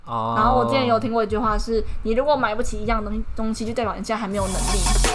然后我之前有听过一句话是，你如果买不起一样东西，就代表你现在还没有能力。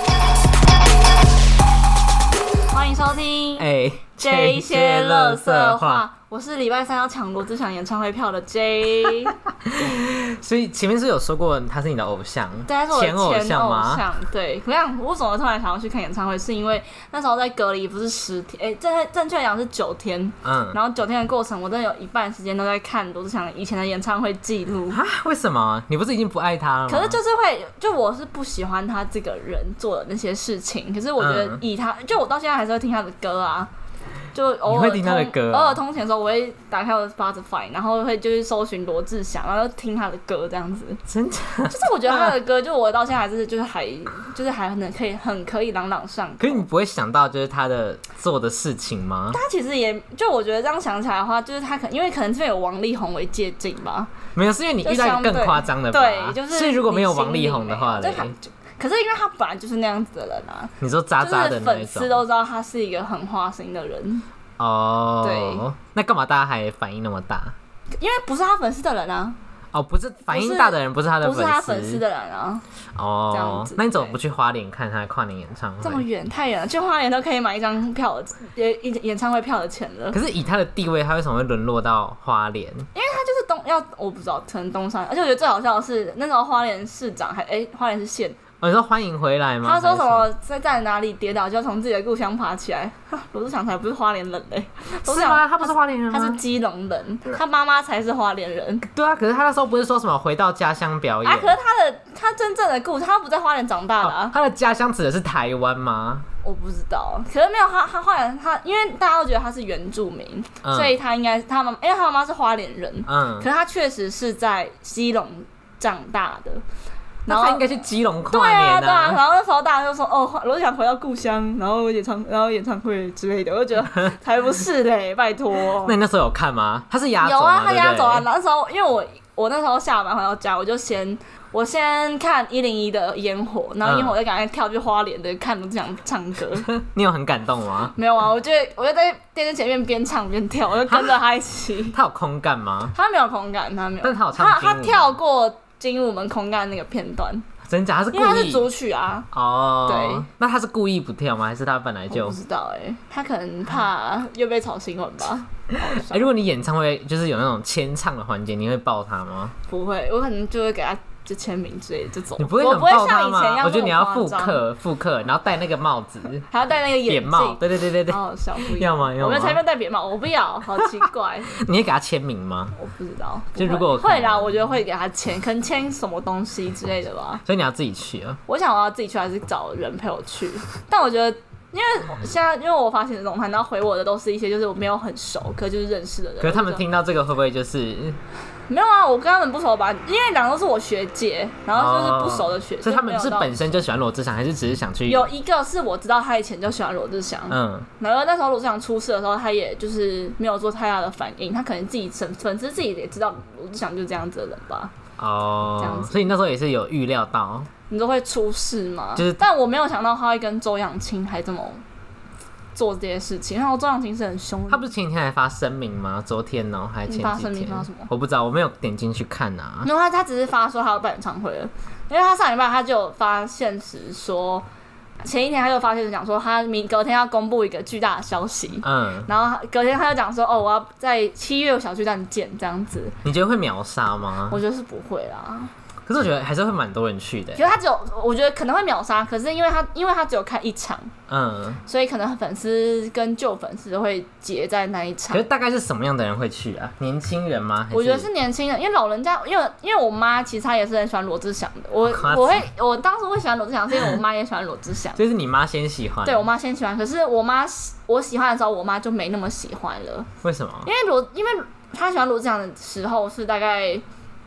欢迎收听这一些垃圾话，我是礼拜3要抢罗志祥演唱会票的 J。 所以前面是有说过他是你的偶像， 对，他是我的前偶像吗？ 对，我想我怎么突然想要去看演唱会，是因为那时候在隔离不是10天，正确讲是9天，然后9天的过程，我真的有一半时间都在看罗志祥以前的演唱会记录啊？为什么？你不是已经不爱他了吗？ 可是就是会，就我是不喜欢他这个人做的那些事情，可是我觉得以他，就我到现在还是会听他的歌啊。就偶尔通勤的时候，我会打开我的 Spotify， 然后会就是搜寻罗志祥，然后听他的歌这样子。 真的， 就是我觉得他的歌，就我到现在还是还很可以朗朗上口。 可是你不会想到就是他的做的事情吗？ 他其实也就我觉得这样想起来的话，就是他因为可能这边有王力宏为借镜吧。 没有，是因为你遇到一个更夸张的吧？ 对，就是。 所以如果没有王力宏的话嘞。 可是因为他本来就是那样子的人啊， 你说渣渣的那种， 就是粉丝都知道他是一个很花心的人哦。 对， 那干嘛大家还反应那么大？ 因为不是他粉丝的人啊。 哦，不是反应大的人，不是他的粉丝， 不是他粉丝的人啊。 哦， 这样子。 那你怎么不去花莲看他的跨年演唱会？ 这么远，太远了，去花莲都可以买一张票演唱会票的钱了。 可是以他的地位，他为什么会沦落到花莲？ 因为他就是我不知道，可能东山，而且我觉得最好笑的是，那时候花莲市长花莲是县。 你说欢迎回来吗？ 他说什么在哪里跌倒就要从自己的故乡爬起来。罗志祥才不是花莲人嘞， 是吗？他不是花莲人吗？ 他是基隆人，他妈妈才是花莲人。 对啊，可是他那时候不是说什么回到家乡表演？ 可是他真正的故事，他不在花莲长大的啊。 他的家乡指的是台湾吗？ 我不知道，可是没有他花莲，因为大家都觉得他是原住民，所以他应该因为他妈妈是花莲人，可是他确实是在基隆长大的。 然后他应该去基隆跨年啊。对啊，然后那时候大家就说罗志祥回到故乡，然后演唱会之类的，我就觉得才不是嘞，拜托。 那你那时候有看吗？他是压轴吗？ 有啊，他压轴啊。那时候因为我那时候下班回到家，我先看101的烟火，然后烟火再赶快跳去花莲的看罗志祥唱歌。 你有很感动吗？ 没有啊，我就在电视前面边唱边跳，我就跟着他一起。 他有空干吗？ 他没有空干，他没有。 但是他有唱他跳过进入我们空干那个片段。 真假？他是故意？ 因为他是主曲啊。 哦， 对。 那他是故意不跳吗？还是他本来就？ 我不知道他可能怕又被炒新闻吧。 如果你演唱会就是有那种签唱的环节，你会抱他吗？ 不会，我可能就会给他就签名之类的这种。 你不会很抱他吗？我觉得你要复刻，然后戴那个帽子， 还要戴那个眼镜帽。对。 好笑，不要吗？ 我们才没有戴扁帽，我不要，好奇怪。 你会给他签名吗？ 我不知道。 就如果会啦，我觉得会给他签，可能签什么东西之类的吧。 所以你要自己去啊？ 我想我要自己去，还是找人陪我去？但我觉得。因为我发现的动态，然后回我的都是一些就是我没有很熟，可就是认识的人。 可是他们听到这个会不会就是没有啊？我跟他们不熟吧，因为两个都是我学姐，然后就是不熟的学姐。 所以他们是本身就喜欢罗志祥，还是只是想去？ 有一个是我知道他以前就喜欢罗志祥，然后那时候罗志祥出事的时候，他也就是没有做太大的反应，他可能自己粉丝自己也知道罗志祥就是这样子的人吧。 这样子。所以你那时候也是有预料到你都会出事吗？但我没有想到他会跟周扬青还这么做这些事情，然后周扬青是很凶的。 他不是前几天还发声明吗？昨天还前几天发声明发什么？ 我不知道，我没有点进去看啊。 没有，他只是发说他要办演唱会了，因为他上礼拜他就有发现实说，前一天他就发现实讲说他隔天要公布一个巨大的消息，然后隔天他就讲说我要在7月小巨蛋见这样子。 你觉得会秒杀吗？ 我觉得是不会啦。 可是我觉得还是会蛮多人去的。 可是他我觉得可能会秒杀，可是因为他只有开一场，所以可能粉丝跟旧粉丝会结在那一场。 可是大概是什么样的人会去啊？年轻人吗？ 我觉得是年轻人，因为老人家，因为我妈其实她也是很喜欢罗志祥的。我当时会喜欢罗志祥，是因为我妈也喜欢罗志祥。 就是你妈先喜欢？对， 我妈先喜欢。可是我喜欢的时候，我妈就没那么喜欢了。 为什么？ 因为她喜欢罗志祥的时候是大概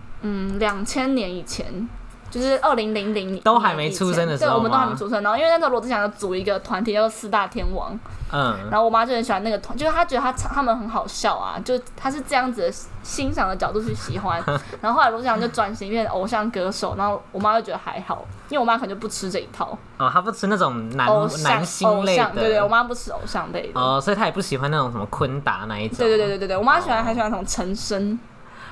2000年以前，就是2000年都还没出生的时候。 对，我们都还没出生。然后因为那时候罗志祥有组一个团体叫做4大天王，然后我妈就很喜欢那个团，就是她觉得他们很好笑啊，就她是这样子的欣赏的角度去喜欢。然后后来罗志祥就转型变成偶像歌手，然后我妈就觉得还好，因为我妈可能就不吃这一套。 她不吃那种男星类的。 对，我妈不吃偶像类的。 所以她也不喜欢那种什么坤达那一种。 对，我妈还喜欢什么陈升。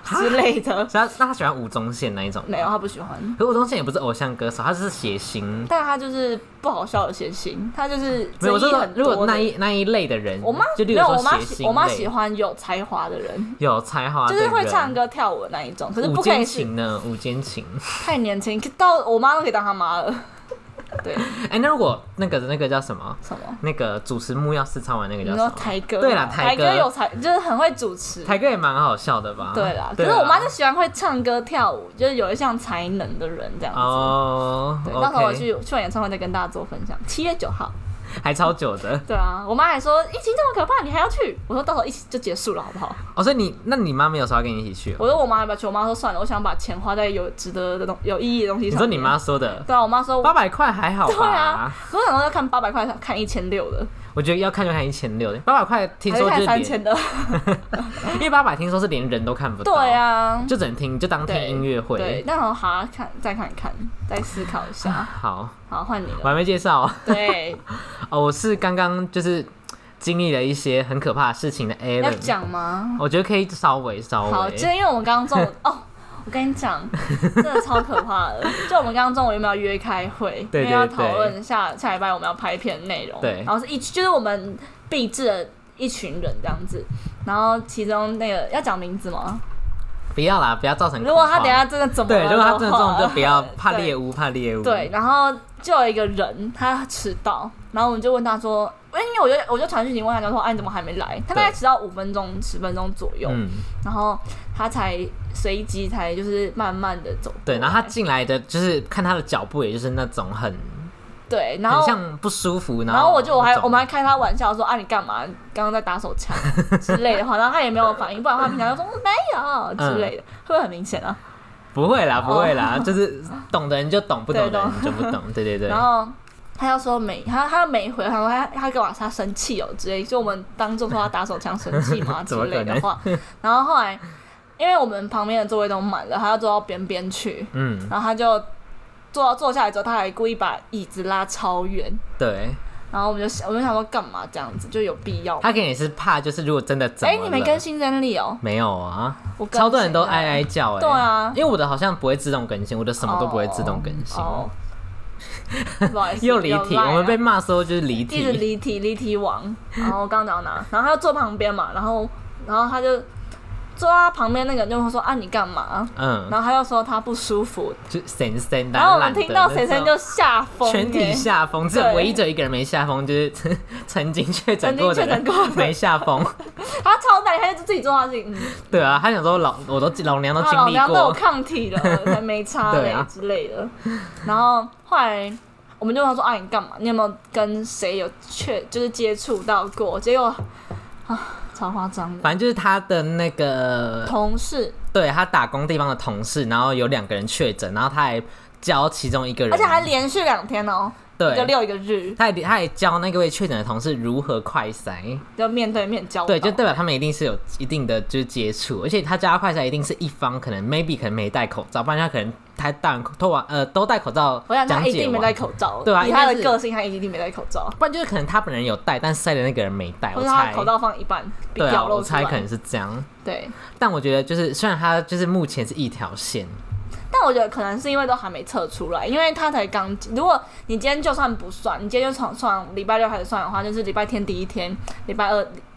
之类的。 那他喜欢吴宗宪那一种？ 没有，他不喜欢。 可是吴宗宪也不是偶像歌手，他是谐星。 但他就是不好笑的谐星，他就是没有。我说如果那一类的人， 我妈就例如说谐星类， 我妈喜欢有才华的人， 有才华就是会唱歌跳舞的那一种。可是不可以吴坚情呢？吴坚情太年轻，到我妈都可以当他妈了。对， 那如果那个叫什么？ 什么？ 那个主持木曜4超玩那个叫什么？ 你说台哥？ 对啦，台哥有才，就是很会主持。 台哥也蛮好笑的吧？ 对啦，可是我妈就喜欢会唱歌跳舞，就是有一项才能的人这样子。哦，对，到时候我去完演唱会再跟大家做分享。7月9号。 还超久的。 对啊，我妈还说疫情这么可怕，你还要去？我说到时候一起就结束了，好不好？ 哦，所以那你妈没有说要跟你一起去？ 我说我妈要不要去？我妈说算了，我想把钱花在有值得的有意义的东西上面。 你说你妈说的？ 对啊，我妈说 800块还好吧？ 对啊，我想说要看800块，看1600的。 我觉得要看就看1600，800块听说就是连3000的， 因为800听说是连人都看不到。 对啊， 就只能听，就当听音乐会。 对，那我好好再看看，再思考一下。 好， 换你了。 我还没介绍。 对， 我是刚刚就是经历了一些很可怕的事情的 Alan。 要讲吗？ 我觉得可以稍微。 好，就是因为我们刚刚中午我跟你讲，真的超可怕的。就我们刚刚中午有没有约开会？ 对， 因为要讨论下礼拜我们要拍片的内容。 对， 然后就是我们毕制的一群人这样子。然后其中那个要讲名字吗？ 不要啦，不要造成。 如果他等一下真的怎么了的话， 对，如果他真的这种就不要怕猎物。 对，然后就有一个人他迟到，然后我们就问他说，因为我就传讯息问他，说，你怎么还没来？他大概迟到5分钟、10分钟左右，然后他才随即才就是慢慢的走。 对，然后他进来的就是看他的脚步，也就是那种很。 对，然后很像不舒服， 然后我们还开他玩笑说你干嘛？刚刚在打手枪之类的话，然后他也没有反应，不然他平常就说没有之类的，会不会很明显啊？ 不会啦，就是懂的人就懂，不懂的人就不懂，对。 然后他要说他没回，他说他干嘛？他生气之类，就我们当众说他打手枪生气嘛之类的话，然后后来因为我们旁边的座位都满了，他要坐到边边去，然后他就。坐下来之后，他还故意把椅子拉超远。对。然后我就想说，干嘛这样子？就有必要吗？ 他可能也是怕，就是如果真的怎么了。 你没更新真理哦？ 没有啊，超多人都哀叫对啊， 因为我的好像不会自动更新，我的什么都不会自动更新。 不好意思， 又离题，我们被骂说就是离题， 一直离题王。然后刚讲到哪？然后他就坐旁边嘛，然后他就。坐他旁边那个人就会说你干嘛？然后他就说他不舒服， 就神神的。 然后我们听到神神就吓疯， 全体吓疯，只有唯一一个人没吓疯，就是曾经确诊过的人没吓疯。 他超胆，他就自己做他自己。对啊，他想说老娘都经历过， 老娘都有抗体了，才没差嘞之类的。然后后来我们就问他说你干嘛？你有没有跟谁有就是接触到过？结果超夸张的， 反正就是他的那个同事， 对他打工地方的同事，然后有2个人确诊，然后他还教其中一个人， 而且还连续2天哦，对，一个6一个日， 他还教那位确诊的同事如何快筛， 就面对面教导， 对，就代表他们一定是有一定的就是接触，而且他教他快筛一定是一方可能 maybe 没戴口罩，不然他可能他都戴口罩， 我想他一定没戴口罩，对啊，以他的个性，他一定没戴口罩， 不然就是可能他本人有戴，但筛的那个人没戴， 或者他口罩放一半， 对啊，我猜可能是这样， 对， 但我觉得就是虽然他就是目前是一条线。 但我觉得可能是因为都还没测出来，因为他才刚。如果你今天就算不算，你今天就算礼拜6开始算的话，就是礼拜天第1天，礼拜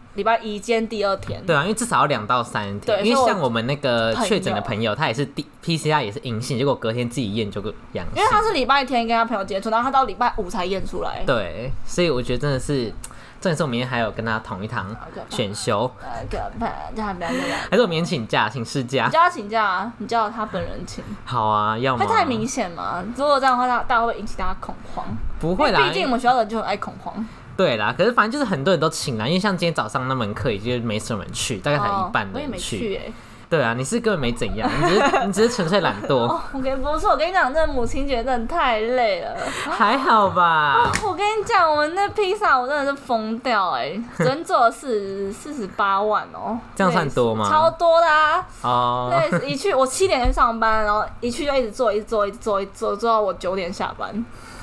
1今天第2天。 对啊，因为至少要2到3天。对，因为像我们那个确诊的朋友，他也是PCR 也是阴性，结果隔天自己验就个阳性。 因为他是礼拜天跟他朋友接触，然后他到礼拜5才验出来。 对，所以我觉得真的是。重点是我明天还有跟他同一堂选修，还是我明天请假，请事假？ 你叫他请假啊？你叫他本人请？ 好啊，要吗？ 会太明显吗？如果这样的话，大家会引起大家恐慌。 不会啦， 毕竟我们学校的人就很爱恐慌。 对啦，可是反正就是很多人都请啦，因为像今天早上那门课已经没什么人去，大概才一半的人去。 我也没去欸。 对啊，你是根本没怎样，你只是纯粹懒惰。 不是，我跟你讲，这母亲节真的太累了。 还好吧。 我跟你讲，我们那披萨我真的是疯掉人做了48万哦。 这样算多吗？ 超多的啊。 对， 一去我7点去上班，然后一去就一直做到我9点下班。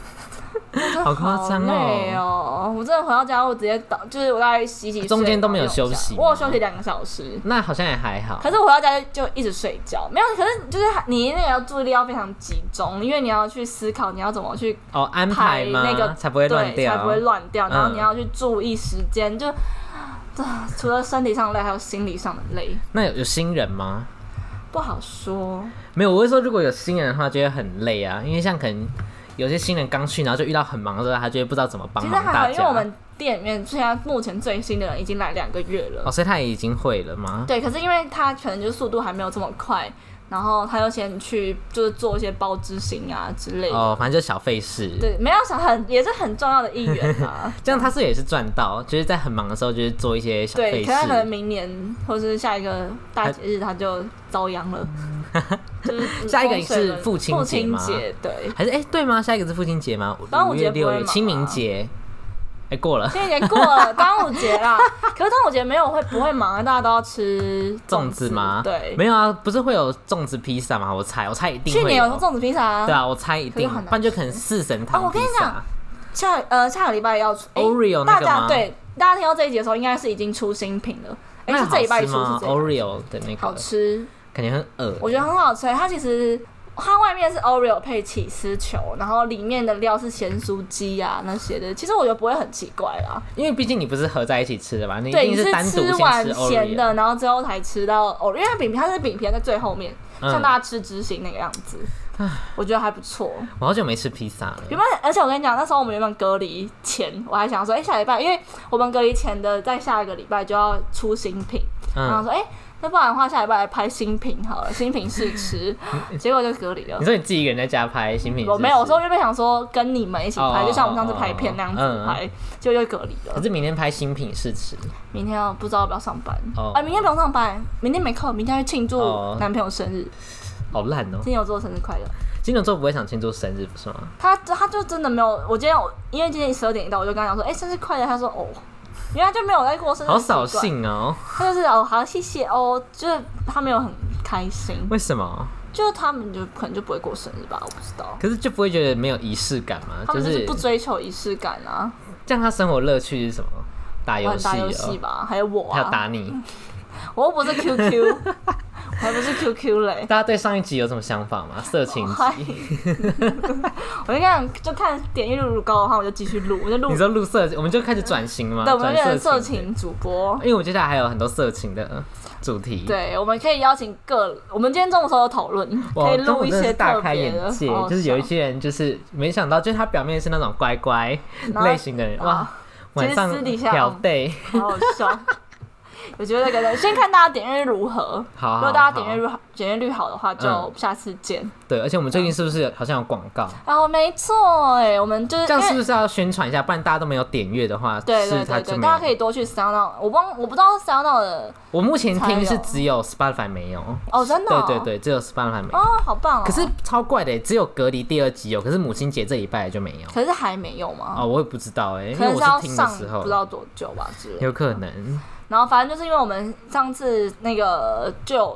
好夸张哦！我真的回到家，我直接倒，就是我大概洗睡， 中间都没有休息， 我有休息2个小时， 那好像也还好。 可是我回到家就一直睡觉，没有。可是就是你那个注意力要非常集中，因为你要去思考你要怎么去安排那个才不会乱掉， 才不会乱掉。然后你要去注意时间，就除了身体上累，还有心理上的累。 那有新人吗？ 不好说。 没有，我会说如果有新人的话，就会很累啊，因为像可能。有些新人刚去，然后就遇到很忙的时候，他就会不知道怎么帮忙大家。其实还好， 因为我们店里面现在目前最新的人已经来2个月了。 所以他也已经会了吗？ 对，可是因为他可能就速度还没有这么快，然后他又先去就是做一些包知行啊之类的。 反正就小费事。 对，没有也是很重要的一员啊。 这样他是也是赚到，就是在很忙的时候，就是做一些小费事。 对，可是他可能明年或是下一个大节日他就遭殃了。就是下一个是父亲节吗？ 对， 还是对吗？下一个是父亲节吗 ？5月 6月清明节，过了。 清明节过了，端午节啦。可是端午节不会忙啊，大家都要吃粽子吗？ 对， 没有啊，不是会有粽子披萨吗？我猜一定会有。 去年有粽子披萨啊？ 对啊，我猜一定，不然就可能4神汤披萨。 我跟你讲，下个礼拜要出 Oreo 那个吗？ 大家听到这一集的时候，应该是已经出新品了。是这礼拜出是 Oreo 的那个好吃。 感觉很恶， 我觉得很好吃。它外面是 Oreo 配起司球，然后里面的料是咸酥鸡啊那些的。其实我觉得不会很奇怪啦， 因为毕竟你不是合在一起吃的吧？你一定是单独先吃完咸的，然后之后才吃到 Oreo，因为它是饼皮在最后面，像大家吃芝心那个样子。我觉得还不错。 我好久没吃披萨了。 而且我跟你讲，那时候我们原本隔离前，我还想说，下礼拜，因为我们隔离前的在下一个礼拜就要出新品，然后说，那不然的话，下礼拜来拍新品好了，新品试吃。结果就隔离了。 你说你自己一个人在家拍新品试吃？ 我没有，我说原本想说跟你们一起拍，就像我们上次拍片那样子拍，结果就隔离了。 可是明天拍新品试吃， 明天不知道要不要上班。明天不用上班，明天没课，明天去庆祝男朋友生日。 好烂哦！ 金牛座生日快乐。 金牛座不会想庆祝生日，不是吗？ 他就真的没有。因为今天12点一到，我就跟他讲说，生日快乐。他说因为他就没有在过生日， 好扫兴哦。 他就是好谢谢就是他没有很开心。 为什么？ 就是他们可能就不会过生日吧，我不知道。 可是就不会觉得没有仪式感吗？ 他们就是不追求仪式感啊。 这样他生活乐趣是什么？打游戏吧，还有我还有打你。 我又不是 QQ， 我还不是 QQ 嘞。 大家对上一集有什么想法吗？色情集。 我就看点阅率高的话，我就继续录， 你说录色，我们就开始转型吗？ 对，我们变成色情主播。 因为我接下来还有很多色情的主题。 对，我们可以邀请我们今天中午的时候有讨论，可以录一些大开眼界，就是有一些人就是没想到，就是他表面是那种乖乖类型的人，哇，晚上私底下挑逗， 好好笑。我觉得先看大家点阅率如何。 好， 如果大家点阅率好的话，就下次见。 对，而且我们最近是不是好像有广告？ 没错，我们就是这样，是不是要宣传一下？不然大家都没有点阅的话， 对，大家可以多去 SoundOn。我不知道 SoundOn 的， 我目前听是只有 Spotify 没有。 真的？ 对，只有 Spotify 没有。 好棒哦！ 可是超怪的，只有隔离第2集有，可是母亲节这一拜就没有。 可是还没有吗？ 我也不知道因为我是听的时候不知道多久吧之类的。 有可能。 然后反正就是因为我们上次那个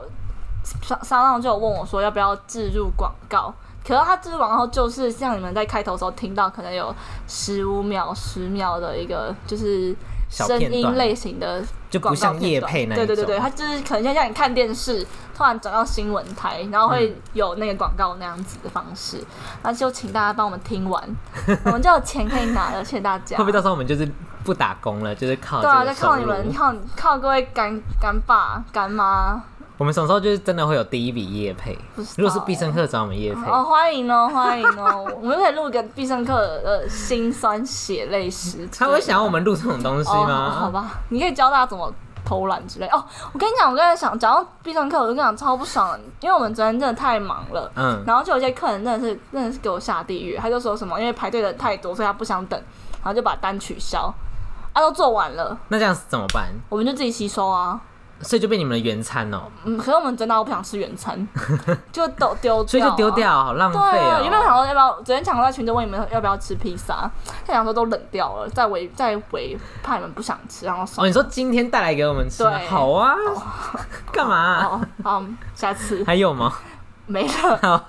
SoundOn就有问我说要不要置入广告，可是他置入广告就是像你们在开头的时候听到可能有15秒、10秒的一个就是声音类型的就不像业配那一种。 对，它就是可能像你看电视突然转到新闻台，然后会有那个广告那样子的方式，那就请大家帮我们听完，我们就有钱可以拿了，谢谢大家。 会不会到时候我们就是不打工了，就是靠就靠你们，靠各位干爸干妈。 我们什么时候就是真的会有第一笔业配？如果是必胜客找我们业配， 欢迎哦，我们可以录一个必胜客的辛酸血泪史。 他会想要我们录这种东西吗？ 好吧，你可以教大家怎么偷懒之类。我跟你讲，我刚才讲到必胜客，我就跟你讲超不爽的，因为我们昨天真的太忙了，然后就有些客人真的是给我下地狱，他就说什么因为排队的太多，所以他不想等，然后就把单取消，都做完了， 那这样怎么办？ 我们就自己吸收啊。 所以就变你们的原餐哦。 可是我们真的不想吃原餐，就都丢掉， 所以就丢掉，好浪费哦。 有没有想说要不要？昨天抢到在群中问你们要不要吃披萨，他想说都冷掉了，再围怕你们不想吃，然后你说今天带来给我们吃，好啊，干嘛？ 好，下次还有吗？ 没了。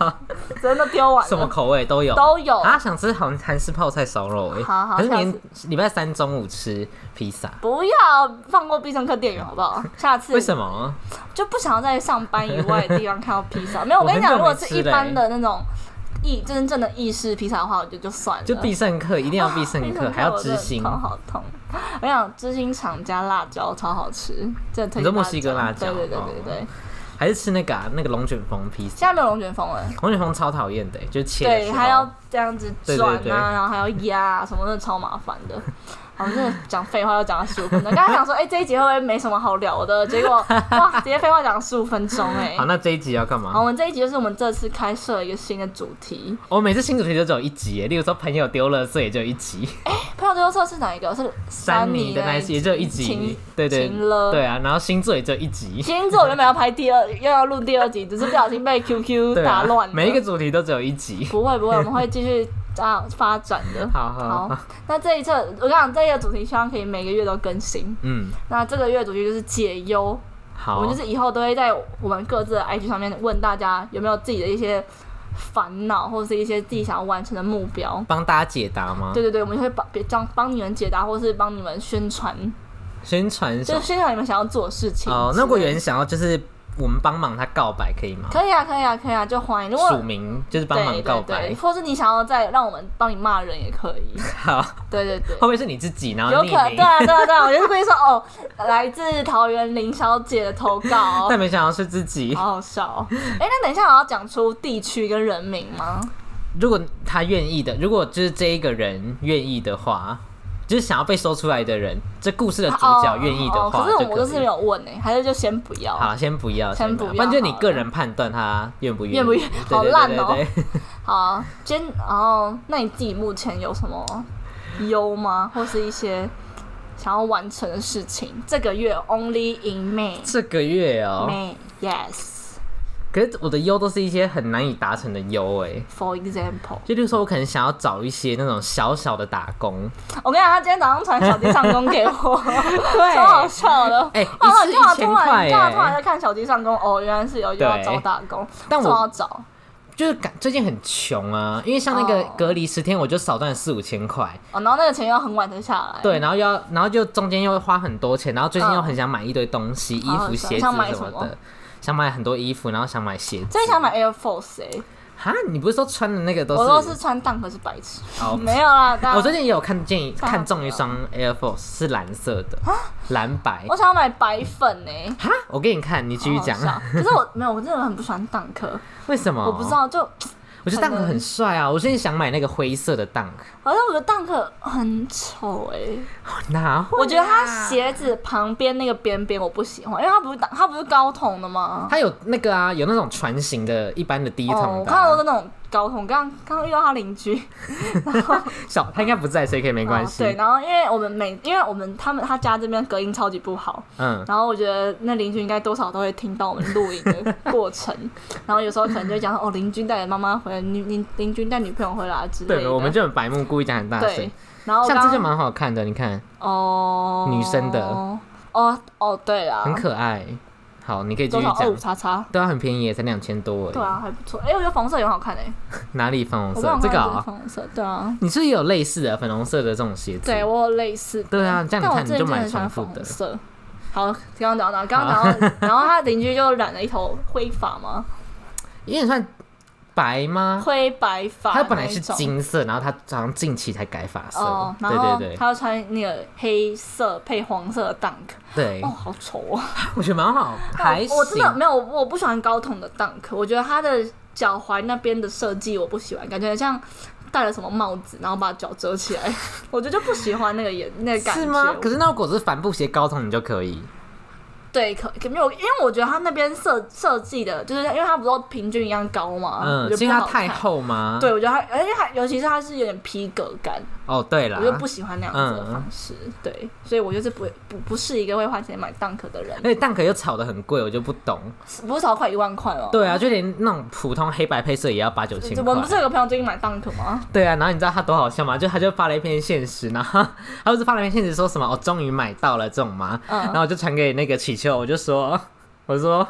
真的丢完了。 什么口味都有？ 都有啊！想吃韩式泡菜烧肉好， 可是连礼拜3中午吃披萨， 不要放过必胜客店员好不好？下次为什么？ 就不想要在上班以外的地方看到披萨。没有，我跟你讲，如果是一般的那种真正的意式披萨的话，我觉得就算了。 就必胜客一定要必胜客，还要芝心， 超好痛。我跟你讲，芝心肠加辣椒超好吃，真的推荐。 你说墨西哥辣椒？ 对。 还是吃那个那个龙卷风披萨？ 现在没有龙卷风了。 龙卷风超讨厌的，就是切的时候。对，还要这样子转啊，然后还要压什么的，超麻烦的。好，真的讲废话要讲到15分钟。刚才想说，这一集会不会没什么好聊的？结果哇，直接废话讲15分钟好，那这一集要干嘛？ 好，我们这一集就是我们这次开设一个新的主题。 我每次新主题都只有1集，例如说朋友丢垃圾也就1集。 朋友丢垃圾是哪一个？是珊妮的那一集，也就1集。对啊，然后星座也就1集。 星座原本要拍要录第2集，只是不小心被 QQ 打乱了。 每一个主题都只有1集。 不会，我们会继续发展的。 好， 那这一次我跟你讲，这个主题希望可以每个月都更新。那这个月主题就是解忧。 好， 我们就是以后都会在我们各自的 IG 上面问大家有没有自己的一些烦恼，或者是一些自己想要完成的目标， 帮大家解答吗？ 对，我们会帮你们解答，或是帮你们宣传，就是宣传你们想要做的事情。 那如果有人想要就是我们帮忙他告白可以吗？ 可以啊，就欢迎。如果署名就是帮忙告白， 对，或是你想要再让我们帮你骂人也可以。 好， 对， 会不会是你自己然后匿名？ 有可能，对，我就故意说来自桃园林小姐的投稿， 但没想到是自己， 好好笑。那等一下我要讲出地区跟人名吗？ 如果他愿意的，如果就是这一个人愿意的话。就是想要被说出来的人，这故事的主角愿意的话， 可是我就是没有问还是就先不要。 好，先不要，不然就你个人判断他愿不愿意。 好烂哦。好，那你自己目前有什么忧吗？或是一些想要完成的事情？这个月 only in May。 这个月 May yes。 可是我的忧都是一些很难以达成的忧 For example， 就例如说我可能想要找一些那种小小的打工。 我跟你讲，他今天早上传小鸡上工给我，对，超好笑的。 一次1000块突然在看小鸡上工，原来是要找打工，但我要找。 就是最近很穷啊，因为像那个隔离10天，我就少赚了4-5千块。 然后那个钱要很晚才下来。 对，然后就中间又会花很多钱，然后最近又很想买一堆东西，衣服、鞋子什么的。想买很多衣服，然后想买鞋子。 最想买 Air Force 哈，你不是说穿的那个都是？ 我都是穿Dunk是白痴。没有啦。 我最近也有看中一双 Air Force 是蓝色的，蓝白。 我想要买白粉哈，我给你看，你继续讲。 可是我真的很不喜欢Dunk。 为什么？ 我不知道， 我觉得 Dunk 很帅啊！我最近想买那个灰色的 Dunk， 好像我觉得 Dunk 很丑哪会？ 我觉得它鞋子旁边那个边边我不喜欢，因为它不是高筒的吗？ 它有那个有那种船型的一般的低筒的。 我看到都是那种高筒。刚遇到他邻居，然后他应该不在，所以可以没关系。 对，然后因为他家这边隔音超级不好，然后我觉得那邻居应该多少都会听到我们录音的过程，然后有时候可能就会讲邻居带妈妈回来，邻居带女朋友回来之类的。 对，我们就很白目，故意讲很大声。 然后像这就蛮好看的，你看女生的对啦， 很可爱。好，你可以继续讲。 25XX， 对啊，很便宜，才2000多对啊，还不错。我觉得粉红色也很好看哪里粉红色？这个粉红色，对啊。 你是不是也有类似的粉红色的这种鞋子？ 对，我有类似的。 对啊，这样你看你就买重复的。 好，刚刚讲到，然后他邻居就染了一头灰发吗？ 有点算白吗？ 灰白发， 他本来是金色，然后他好像近期才改发色。 对，他穿那个黑色配黄色的 Dunk。 对， 好丑啊！ 我觉得蛮好，还行。 我真的没有，我不喜欢高筒的 Dunk， 我觉得他的脚踝那边的设计我不喜欢，感觉像戴了什么帽子，然后把脚遮起来，我觉得就不喜欢那个感觉。 是吗？可是那如果是帆布鞋高筒，你就可以。 对，可没有，因为我觉得他那边设计的，就是因为他不是都平均一样高嘛， 因为它太厚吗？ 对，我觉得它，而且尤其是它是有点皮革感。 对啦， 我就不喜欢那样子的方式，对，所以我就是不是一个会花钱买 Dunk 的人。 而且 Dunk 又炒得很贵，我就不懂。 不是炒快1万块吗？ 对啊，就连那种普通黑白配色也要8-9千块。 我们不是有个朋友最近买 Dunk 吗？ 对啊，然后你知道他多好笑吗？他就发了一篇限时，然后他不是发了一篇限时说什么终于买到了这种吗？然后我就传给那个祈秋，我说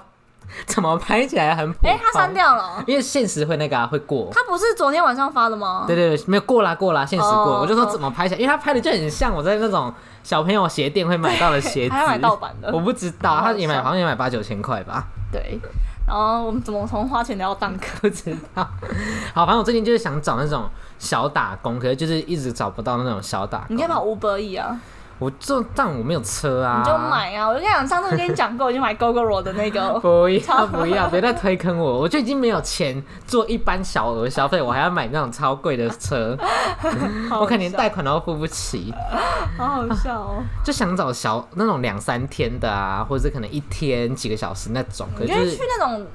怎么拍起来很普通？ 他删掉了， 因为现实会那个会过。 他不是昨天晚上发的吗？ 对，没有过啦，现实过。我就说怎么拍起来，因为他拍的就很像我在那种小朋友鞋店会买到的鞋子， 还买盗版的， 我不知道，他也好像也买8、9千块吧。 对。然后我们怎么从花钱聊到当客？ 不知道。好，反正我最近就是想找那种小打工，可是就是一直找不到那种小打工。 你可以跑 Uber Eats 啊。 但我没有车啊。 你就买啊！我就跟你讲，上次跟你讲过，我就买 Gogoro 的那个。 不要，别再推坑我！我就已经没有钱做一般小额消费，我还要买那种超贵的车，我可能连贷款都付不起。 好好笑哦！ 就想找那种2、3天的啊，或者是可能1天几个小时那种。 你就去那种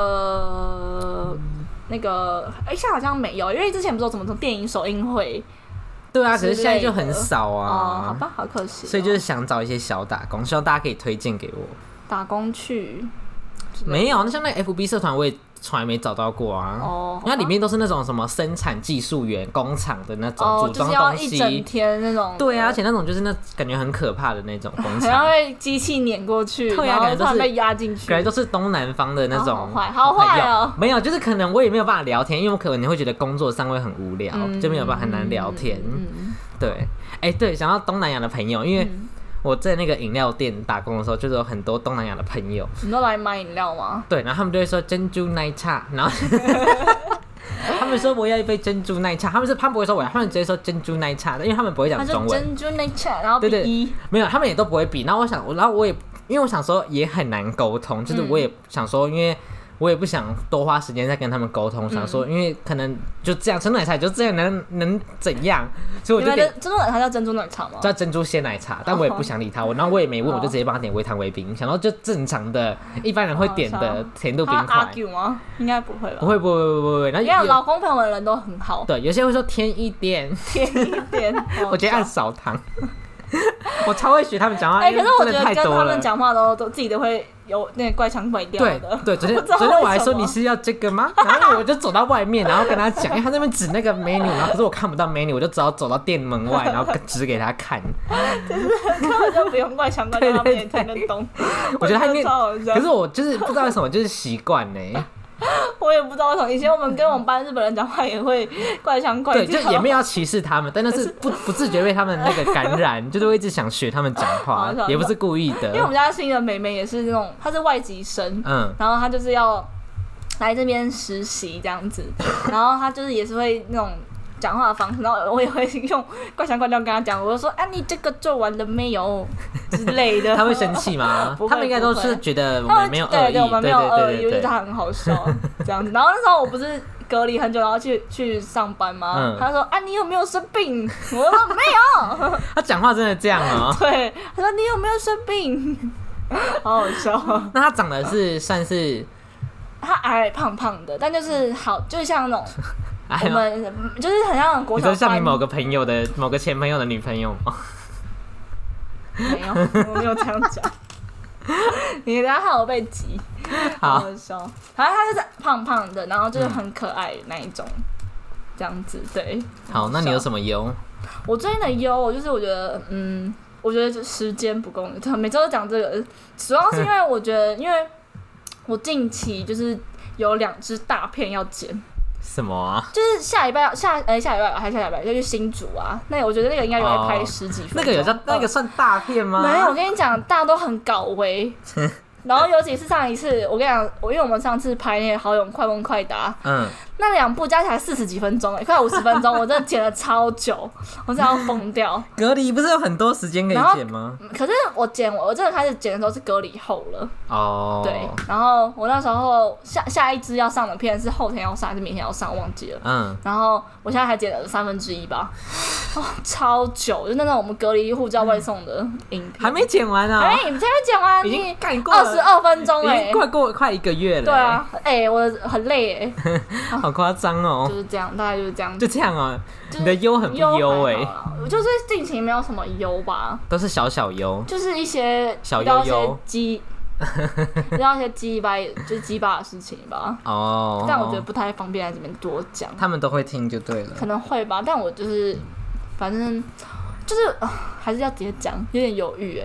现在好像没有，因为之前不是有什么电影首映会。 对啊，可是现在就很少啊。 好吧，好可惜。 所以就是想找一些小打工，希望大家可以推荐给我。 打工去？ 没有，那像那个 FB 社团我也从来没找到过啊。因为它里面都是那种什么生产技术员、工厂的那种组装东西， 就是要一整天那种。 对啊，而且那种就是那感觉很可怕的那种工厂， 然后被机器碾过去， 对啊， 然后突然被压进去， 感觉都是东南方的那种。 好坏哦！ 没有，就是可能我也没有办法聊天，因为我可能会觉得工作上会很无聊，就没有办法很难聊天。对，对，想到东南亚的朋友，因为我在那个饮料店打工的时候，就是有很多东南亚的朋友。 你都来买饮料吗？ 对，然后他们就会说珍珠奶茶，然后他们说我要一杯珍珠奶茶，他们不会说我要，他们直接说珍珠奶茶的，因为他们不会讲中文。 珍珠奶茶，然后比一， 没有，他们也都不会比。然后我也，因为我想说也很难沟通，就是我也想说，因为我也不想多花时间再跟他们沟通，想说因为可能就这样，珍珠奶茶就这样能怎样？所以我就给珍珠奶茶叫珍珠奶茶吗？ 叫珍珠鲜奶茶，但我也不想理他，然后我也没问，我就直接帮他点微糖微冰，想到就正常的一般人会点的甜度冰块。 他 argue 吗？应该不会吧？ 不会。然后因为老公朋友们人都很好。 对，有些会说甜一点，我直接按少糖。我超会学他们讲话， 可是我觉得跟他们讲话都自己都会有那个怪腔怪调的。 对，昨天我还说你是要这个吗？然后我就走到外面，然后跟他讲，因为他那边指那个 menu， 然后可是我看不到 menu， 我就只好走到店门外，然后指给他看。 就是根本就不用怪腔怪调，他们也听得懂。 我觉得他应该，可是我就是不知道为什么，就是习惯呢。 我也不知道为什么，以前我们跟我们班日本人讲话也会怪腔怪调， 对，就也没有要歧视他们，但那是不自觉被他们那个感染，就是会一直想学他们讲话，也不是故意的。 因为我们家新的妹妹也是那种，她是外籍生，然后她就是要来这边实习这样子，然后她就是也是会那种讲话的方式，然后我也会用怪腔怪调跟他讲，我就说啊，你这个做完了没有之类的。 他会生气吗？他们应该都是觉得我们没有恶意， 对，我们没有恶意，我觉得他很好笑这样子。然后那时候我不是隔离很久，然后去上班吗？他说啊，你有没有生病？我说没有。 他讲话真的这样哦。 对，他说你有没有生病？好好笑。 那他长得算是他矮胖胖的，但就是好，就是像那种。我们就是很像国小班， 你说像你某个朋友的某个前朋友的女朋友吗？ 没有，我没有这样讲。你等下害我被挤，好笑。反正他就是胖胖的，然后就是很可爱的那一种，这样子对。 好，那你有什么优？ 我最近的优，我觉得，我觉得就时间不够，每周都讲这个，主要是因为我觉得，因为我近期就是有2支大片要剪。 什么啊？ 就是下礼拜要去新竹啊。那我觉得那个应该有在拍10几分钟。 那个有叫那个算大片吗？ 没有，我跟你讲，大家都很搞维。然后尤其是上一次，我跟你讲，因为我们上次拍那个《好勇快问快答》，那2部加起来40几分钟，快50分钟，我真的剪了超久，我真的要疯掉。 隔离不是有很多时间可以剪吗？ 可是我真的开始剪的时候是隔离后了。 哦。 对，然后我那时候下一支要上的片是后天要上还是明天要上，忘记了。然后我现在还剪了1/3吧，超久，就那种我们隔离护照外送的影片。 还没剪完啊？ 你才没剪完， 已经干过了。 22分钟已经快1个月了。 对啊，我很累好夸张哦。 就是这样，大概就是这样。 就这样哦。你的优很不优我就是近期没有什么优吧， 都是小优， 就是一些小优优遇到一些鸡巴的事情吧。 哦。 但我觉得不太方便在这边多讲。 他们都会听就对了。 可能会吧，但我就是反正就是还是要直接讲，有点犹豫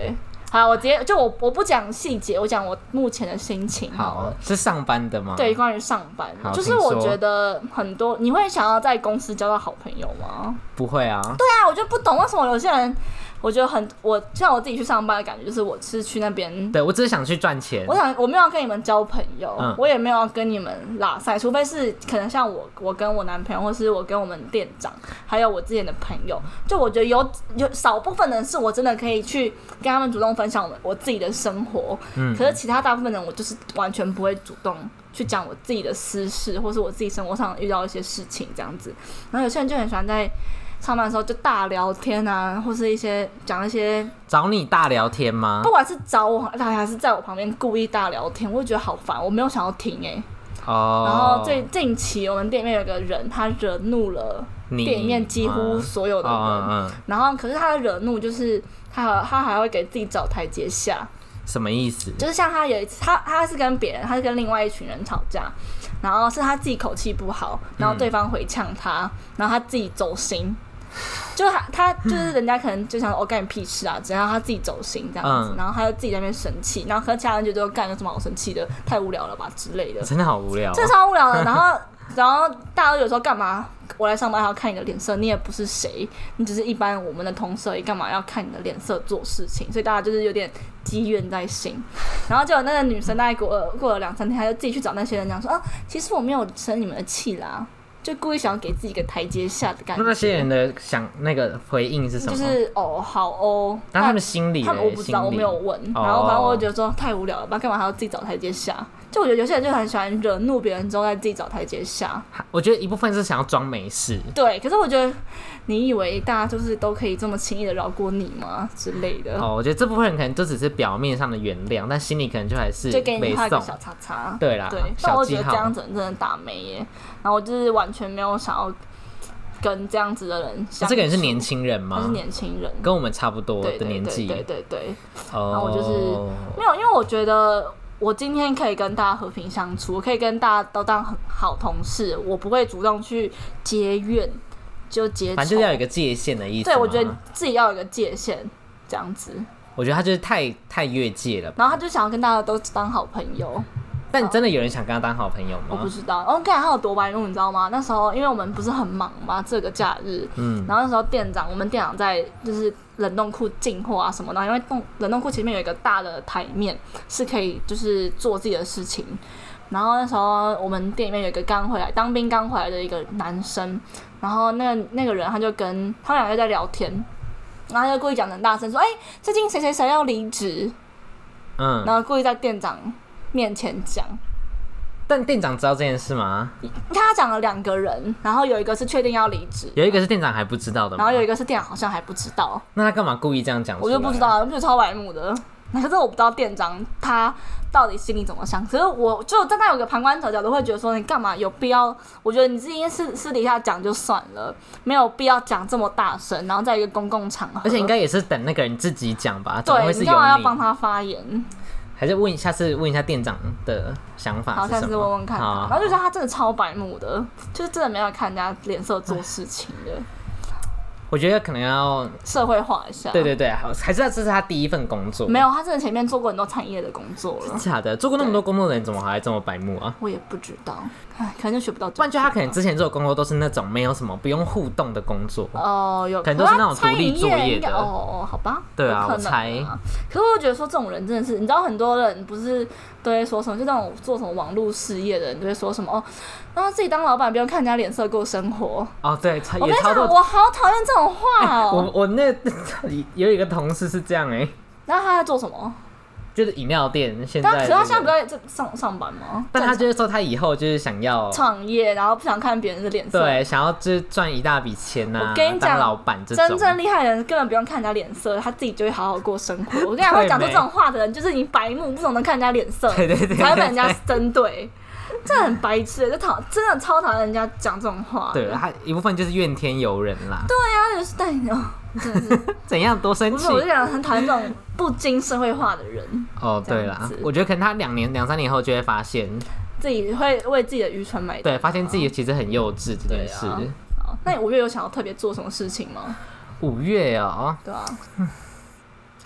好，我直接就我不讲细节，我讲我目前的心情好了。 是上班的吗？ 对，关于上班，就是我觉得很多你会想要在公司交到好朋友吗？ 不会啊。 对啊，我就不懂为什么有些人。我觉得像我自己去上班的感觉，就是我是去那边， 对我只是想去赚钱。 我没有要跟你们交朋友，我也没有要跟你们拉塞，除非是可能像我跟我男朋友，或是我跟我们店长，还有我之前的朋友，就我觉得有少部分人是我真的可以去跟他们主动分享我自己的生活，可是其他大部分人我就是完全不会主动去讲我自己的私事，或是我自己生活上遇到一些事情这样子。然后有些人就很喜欢在上班的时候就大聊天啊，或是讲一些找你大聊天吗？ 不管是找我还是在我旁边故意大聊天，我就觉得好烦，我没有想要听然后最近期我们店里面有个人，他惹怒了店里面几乎所有的人，然后可是他的惹怒就是他还会给自己找台阶下。 什么意思？ 就是像他有一次，他是跟别人，他是跟另外一群人吵架，然后是他自己口气不好，然后对方回呛他，然后他自己走心。就他就是人家可能就想说干你屁事啊，只要他自己走心这样子，然后他就自己在那边生气，然后和其他人觉得干有什么好生气的，太无聊了吧之类的， 真的好无聊， 真的超无聊的。然后大家都有时候干嘛？我来上班还要看你的脸色，你也不是谁，你只是一般我们的同事而已，干嘛要看你的脸色做事情？所以大家就是有点积怨在心。然后就有那个女生大概过了2-3天，她就自己去找那些人讲说其实我没有生你们的气啦。就故意想要给自己一个台阶下的感觉。 那些人的那个回应是什么？ 就是好但他们心里， 我不知道，我没有问。然后反正我就觉得说太无聊了吧，干嘛还要自己找台阶下？就我觉得有些人就很喜欢惹怒别人之后再自己找台阶下。 我觉得一部分是想要装没事。 对，可是我觉得你以为大家就是都可以这么轻易的饶过你吗之类的？ 我觉得这部分人可能就只是表面上的原谅，但心里可能就还是就给你画一个小叉叉。 对啦， 对。但我觉得这样子真的打没耶。然后我就是完全没有想要跟这样子的人相处。 这个人是年轻人吗？ 他是年轻人， 跟我们差不多的年纪。 对。然后我就是没有，因为我觉得我今天可以跟大家和平相处，我可以跟大家都当很好同事，我不会主动去结怨就结仇， 反正就要有一个界限的意思。 对，我觉得自己要有一个界限，这样子。 我觉得他就是太越界了， 然后他就想要跟大家都当好朋友。 但真的有人想跟他当好朋友吗？ 我不知道。看他有多白目，你知道吗？那时候因为我们不是很忙嘛，这个假日，然后那时候我们店长在就是冷冻库进货啊什么的，因为冷冻库前面有一个大的台面，是可以就是做自己的事情。然后那时候我们店里面有一个当兵刚回来的一个男生，然后那个人他就跟他们两个在聊天，然后他就故意讲得很大声说：“最近谁谁谁要离职。”然后故意在店长面前讲。 但店长知道这件事吗？ 他讲了2个人，然后有一个是确定要离职， 有一个是店长还不知道的吗？ 然后有一个是店长好像还不知道。 那他干嘛故意这样讲？ 我就不知道，我觉得超白目的。可是我不知道店长他到底心里怎么想。可是我就站在有个旁观者角度会觉得说，你干嘛有必要？我觉得你自己私底下讲就算了，没有必要讲这么大声，然后在一个公共场合。 而且应该也是等那个人自己讲吧？ 对，你干嘛要帮他发言？ 还是下次问一下店长的想法是什么？ 好，下次问问看。然后就说他真的超白目的，就是真的没有看人家脸色做事情的。 我觉得可能要社会化一下。 对，还是这是他第一份工作。 没有，他真的前面做过很多产业的工作了。 假的，做过那么多工作的人，怎么还这么白目啊？ 我也不知道，可能就学不到。 不然就他可能之前做的工作都是那种没有什么不用互动的工作。 有可能都是那种独立作业的。 好吧。 对啊，我猜。 可是我觉得说这种人真的是，你知道很多人不是都会说什么，就那种做什么网络事业的人都会说什么然后自己当老板不用看人家脸色过生活。 对， 我跟你讲，我好讨厌这种话我那有一个同事是这样然后他在做什么？ 就是饮料店，现在。 可是他现在不在上班吗？ 但他就是说他以后就是想要创业，然后不想看别人的脸色。 对，想要就是赚一大笔钱啊！ 我跟你讲， 当老板这种真正厉害的人根本不用看人家脸色，他自己就会好好过生活。我跟你讲，会讲出这种话的人，就是你白目，不懂得看人家脸色， 对， 才会被人家针对。真的很白痴，真的超讨厌人家讲这种话。 对，他一部分就是怨天尤人啦。 对啊，就是真的是怎样多生气？不是， 我就讲很讨厌这种不经社会化的人。 对啦，我觉得可能他2-3年后就会发现自己会为自己的愚蠢买单。 对，发现自己其实很幼稚这件事。 那你5月有想要特别做什么事情吗？ 5月啊？ 对啊。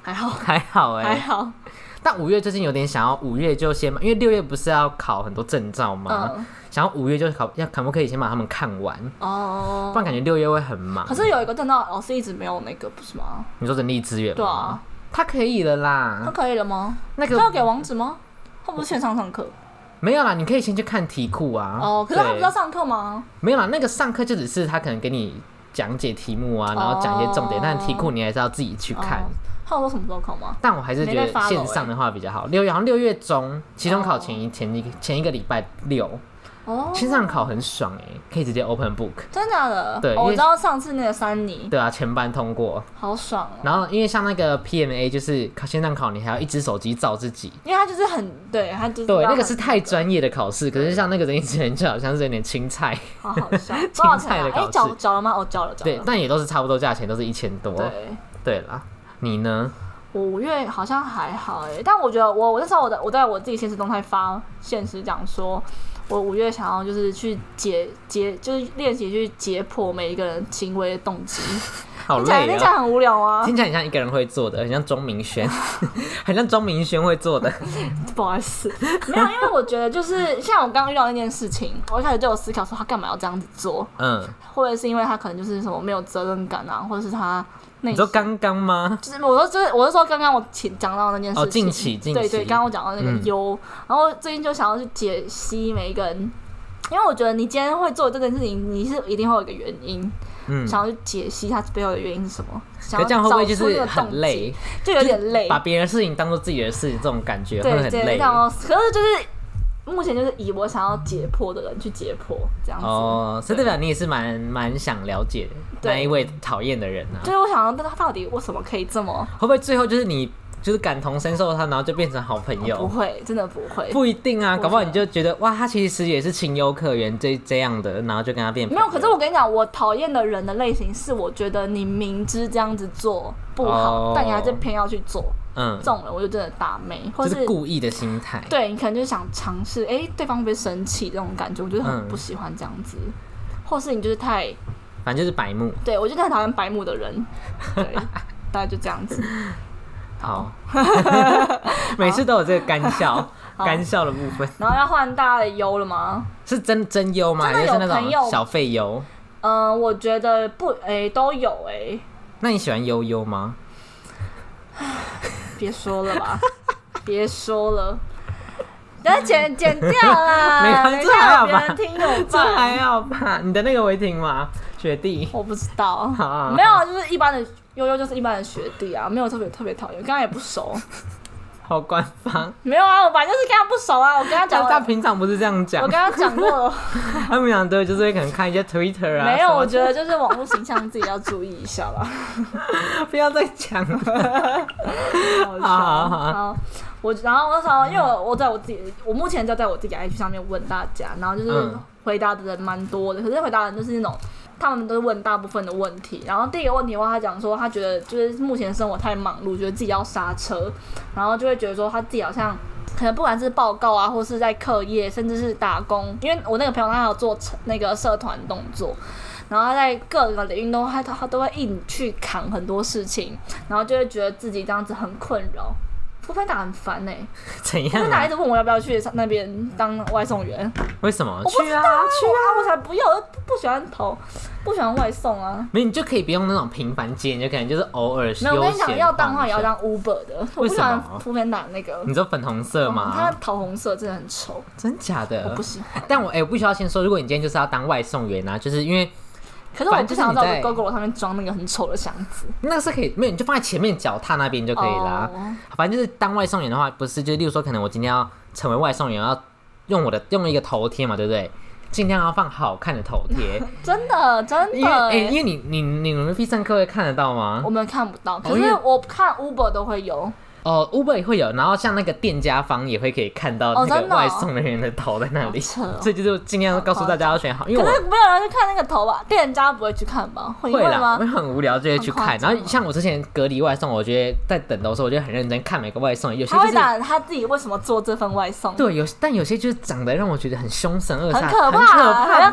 还好还好还好。 但5月最近有点想要5月就先，因为6月不是要考很多证照吗？想要5月就可不可以先把他们看完哦？不然感觉6月会很忙。 可是有一个证照老师一直没有那个，不是吗？ 你说人力资源吗？ 对啊， 他可以了啦。 他可以了吗？ 那个他要给网址吗？他不是线上上课？ 没有啦，你可以先去看题库啊。 哦，可是他不是要上课吗？ 没有啦，那个上课就只是他可能给你讲解题目啊，然后讲一些重点，但题库你还是要自己去看。 他有说什么时候考吗？ 但我还是觉得线上的话比较好。好像6月中，期中考前一个礼拜6。线上考很爽可以直接 open book。 真的假的？ 对， 我知道上次那个珊妮。 对啊，全班通过， 好爽哦。 然后因为像那个 PMA 就是线上考，你还要一只手机照自己， 因为他就是他就是对那个是太专业的考试，可是像那个人力资源就好像是有点青菜， 好好笑， 青菜的考试。 缴了吗？我缴了。 对，但也都是差不多价钱，都是1000多。对啦，你呢？ 我5月好像还好但我觉得我那时候我在我自己现实动态发现实讲说，我5月想要就是去就是练习去解剖每一个人行为的动机。 好累听起来很无聊啊， 听起来很像一个人会做的，很像钟明轩，很像钟明轩会做的。 不好意思，没有，因为我觉得就是像我刚刚遇到那件事情，我一开始就有思考说他干嘛要这样子做，或者是因为他可能就是什么没有责任感啊，或者是他。 你说刚刚吗？ 就是我是说刚刚我讲到那件事情。 近期。 对，刚刚我讲到那个优，然后最近就想要去解析每一个人，因为我觉得你今天会做这件事情，你是一定会有一个原因，想要去解析它背后的原因是什么。 可这样会不会就是很累？ 就有点累， 把别人的事情当做自己的事情，这种感觉会很累。 可是就是。目前就是以我想要解剖的人去解剖这样子所以代表你也是蛮想了解那一位讨厌的人啊。 就是我想说，他到底为什么可以这么？ 会不会最后就是你就是感同身受他，然后就变成好朋友？ 不会，真的不会。 不一定啊，搞不好你就觉得哇，他其实也是情有可原这样的，然后就跟他变朋友。 没有，可是我跟你讲，我讨厌的人的类型是，我觉得你明知这样子做不好，但你还是偏要去做。这种人我就真的打妹，或是故意的心态。 对，你可能就是想尝试，对方会不会生气这种感觉，我就很不喜欢这样子。或是你就是反正就是白目。 对，我就很讨厌白目的人。对，大概就这样子。 好，每次都有这个干笑的部分。 然后要换大家的优了吗？ 是真优吗？还是那种小废优？ 我觉得不，都有那你喜欢悠悠吗？ 别说了吧，别说了，等下剪掉啦。 没关系，这还好吧？ 别人听有吧？ 这还好吧？你的那个违停吗？学弟？ 我不知道，没有，就是一般的悠悠，就是一般的学弟啊，没有特别讨厌，跟他也不熟。 好官方。 没有啊，我本来就是跟他不熟啊，我跟他讲。 他平常不是这样讲。 我跟他讲过了。 他平常对，就是可能看一些 Twitter 啊。 没有，我觉得就是网络形象自己要注意一下啦。 不要再讲了。 好。然后那时候，因为我目前就在我自己 IG 上面问大家，然后就是回答的人蛮多的，可是回答的人就是那种。他们都是问大部分的问题，然后第一个问题的话，他讲说他觉得就是目前生活太忙碌，觉得自己要刹车，然后就会觉得说他自己好像可能不管是报告啊，或是在课业，甚至是打工，因为我那个朋友他还有做那个社团动作，然后他在各个领域他都会硬去扛很多事情，然后就会觉得自己这样子很困扰。富菲达很烦怎样？ 富菲达一直问我要不要去那边当外送员。 为什么？ 去啊！我才不要，不喜欢外送啊。 没，你就可以不用那种频繁接，你就可能就是偶尔。 没有，我跟你讲，要当的话也要当 Uber 的。我不喜欢富菲达那个。 你说粉红色吗？ 它桃红色真的很丑。 真假的？ 我不喜欢。 但我必须要先说，如果你今天就是要当外送员啊，就是因为。 可是我不想在我的 GoGo 上面装那个很丑的箱子， 那是可以，没有你就放在前面脚踏那边就可以啦。反正就是当外送员的话，不是就例如说，可能我今天要成为外送员，要用一个头贴嘛，对不对？尽量要放好看的头贴。 真的。 因为你们必胜客会看得到吗？ 我们看不到，可是我看 Uber 都会有。 Uber 也会有，然后像那个店家方也会可以看到那个外送人员的头在那里，所以就是尽量告诉大家要选好。因为可是没有人去看那个头吧？店家不会去看吧？会吗？ 会很无聊就会去看。然后像我之前隔离外送，我觉得在等的时候，我就很认真看每个外送。有些他会打他自己为什么做这份外送。 对，但有些就是长得让我觉得很凶神恶煞， 很可怕，好像要把你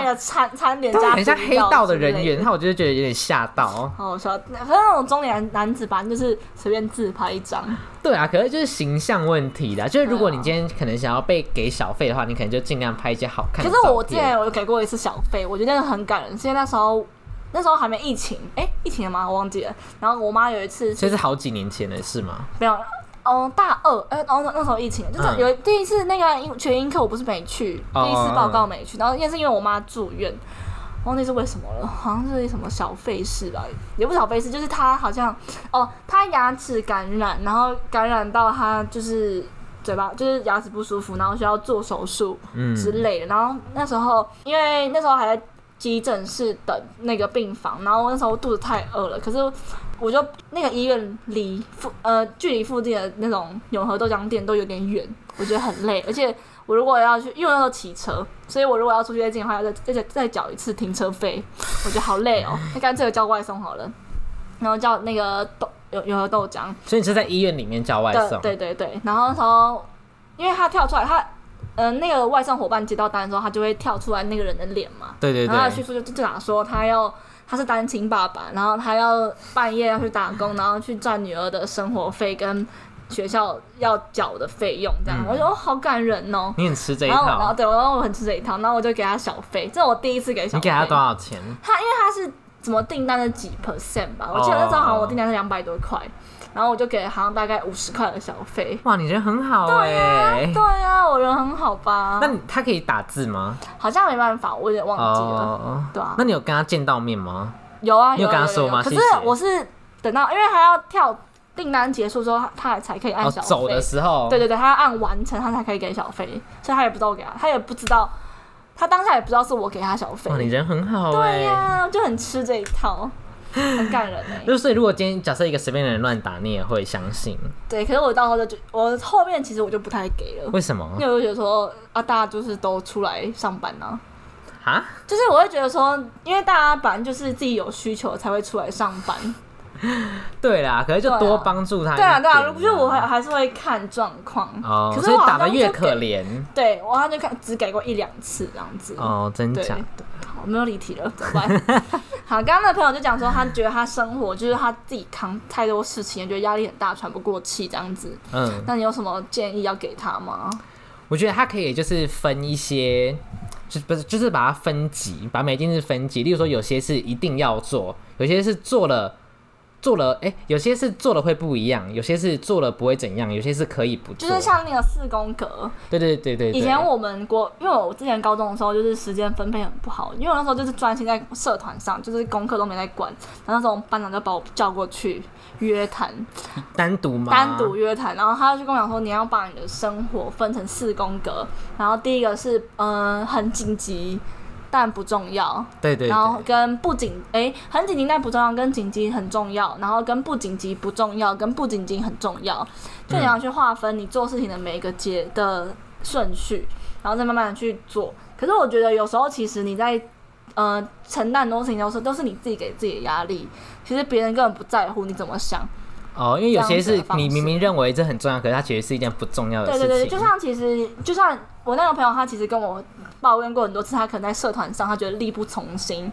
个餐点加很像黑道的人员，我就觉得有点吓到。 好笑，可是那种中年男子吧，就是随便自拍一张。 对啊，可是就是形象问题啦，就是如果你今天可能想要被给小费的话，你可能就尽量拍一些好看的照片。 可是我之前有给过一次小费，我觉得那个很感人，是因为那时候还没疫情，疫情了吗？我忘记了。然后我妈有一次， 所以是好几年前的事吗？ 没有。大二，那时候疫情，就是有第一次那个全英课，我不是没去，第一次报告没去，然后也是因为我妈住院，忘记是为什么了，好像是什么小费事吧，也不是小费事，就是她好像她牙齿感染，然后感染到她就是嘴巴就是牙齿不舒服，然后需要做手术之类的，然后那时候因为那时候还在急诊室等那个病房，然后那时候肚子太饿了，可是我就那个医院距离附近的那种永和豆浆店都有点远，我觉得很累，而且我如果要去，因为我那时候骑车，所以我如果要出去再近的话，要再缴一次停车费，我觉得好累哦。那干脆叫外送好了，然后叫那个永和豆浆。 所以你是在医院里面叫外送？ 对。然后那时候，因为他跳出来，那个外送伙伴接到单的时候，他就会跳出来那个人的脸嘛。 对。 然后他叙述就讲说他是单亲爸爸，然后他要半夜要去打工，然后去赚女儿的生活费跟学校要缴的费用，这样，我就好感人哦。 你很吃这一套， 然后对，然后我很吃这一套，然后我就给他小费，这是我第一次给小费。 你给他多少钱？ 因为他是怎么订单的几%吧，我记得那时候好像我订单是200多块。然后我就给好像大概50块的小费。 哇，你人很好对啊，我人很好吧？ 那他可以打字吗？ 好像没办法，我有点忘记了。对啊。 那你有跟他见到面吗？ 有啊， 你有跟他说吗？ 可是我是等到，因为他要跳订单结束之后，他才可以按小费。 走的时候。 对，他要按完成，他才可以给小费，所以他也不知道我给他也不知道，他当下也不知道是我给他小费。 哇，你人很好对呀，就很吃这一套。很感人就是如果今天假设一个随便的人乱打，你也会相信。 对，可是我到后我后面其实我就不太给了。 为什么？ 因为我就觉得说大家就是都出来上班啊。 哈？ 就是我会觉得说，因为大家本来就是自己有需求才会出来上班。 对啦，可是就多帮助他一点。 对啊， 我觉得我还是会看状况。可是所以打得越可怜。 对，我好像就只给过1-2次这样子。 真假的？ 好，没有离题了，怎么办？好，刚刚的朋友就讲说，他觉得他生活就是他自己扛太多事情，觉得压力很大，喘不过气这样子。那你有什么建议要给他吗？ 我觉得他可以就是分一些，就是把它分级，把每件事分级。例如说，有些是一定要做，有些是做了，有些是做了会不一样，有些是做了不会怎样，有些是可以不做。 就是像那个4宫格。对。以前我们因为我之前高中的时候就是时间分配很不好，因为我那时候就是专心在社团上，就是功课都没在管。然后那时候班长就把我叫过去约谈， 单独吗？ 单独约谈，然后他就跟我讲说，你要把你的生活分成4宫格，然后第一个是很紧急。但不重要， 对， 然后跟很紧急但不重要，跟紧急很重要，然后跟不紧急不重要，跟不紧急很重要，就你要去划分你做事情的每一个阶的顺序，然后再慢慢的去做。可是我觉得有时候其实你在承担很多事情的时候，都是你自己给自己的压力，其实别人根本不在乎你怎么想。 因为有些是你明明认为这很重要，可是它其实是一件不重要的事情。 对，就像我那个朋友，他其实跟我抱怨过很多次，他可能在社团上他觉得力不从心，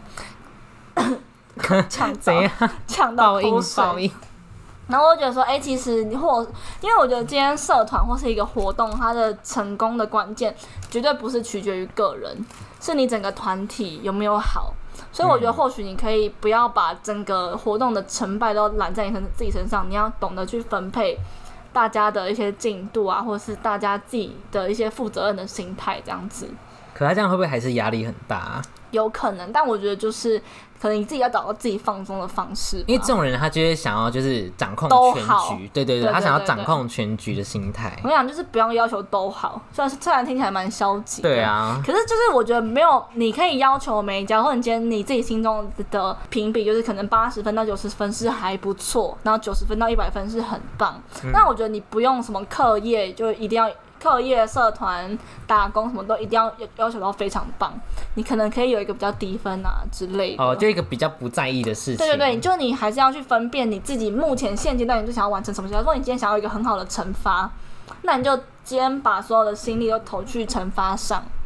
呛到口水。然后我就觉得说，其实因为我觉得今天社团或是一个活动，它的成功的关键绝对不是取决于个人，是你整个团体有没有好。所以我觉得或许你可以不要把整个活动的成败都揽在你自己身上，你要懂得去分配大家的一些进度啊，或者是大家自己的一些负责任的心态这样子。 可他这样会不会还是压力很大啊？ 有可能，但我觉得就是可能你自己要找到自己放松的方式， 因为这种人他就会想要就是掌控全局，对，他想要掌控全局的心态。我想就是不用要求都好，虽然听起来蛮消极的， 对啊， 可是就是我觉得没有，你可以要求每一家，或者今天你自己心中的评比就是可能80分到90分是还不错，然后90分到100分是很棒。那我觉得你不用什么课业就一定要。课业、社团、打工什么都一定要求到非常棒，你可能可以有一个比较低分啊之类的。 就一个比较不在意的事情。 对，就你还是要去分辨你自己目前现阶段你就想要完成什么。假如说你今天想要有一个很好的惩罚，那你就今天把所有的心力都投去惩罚上。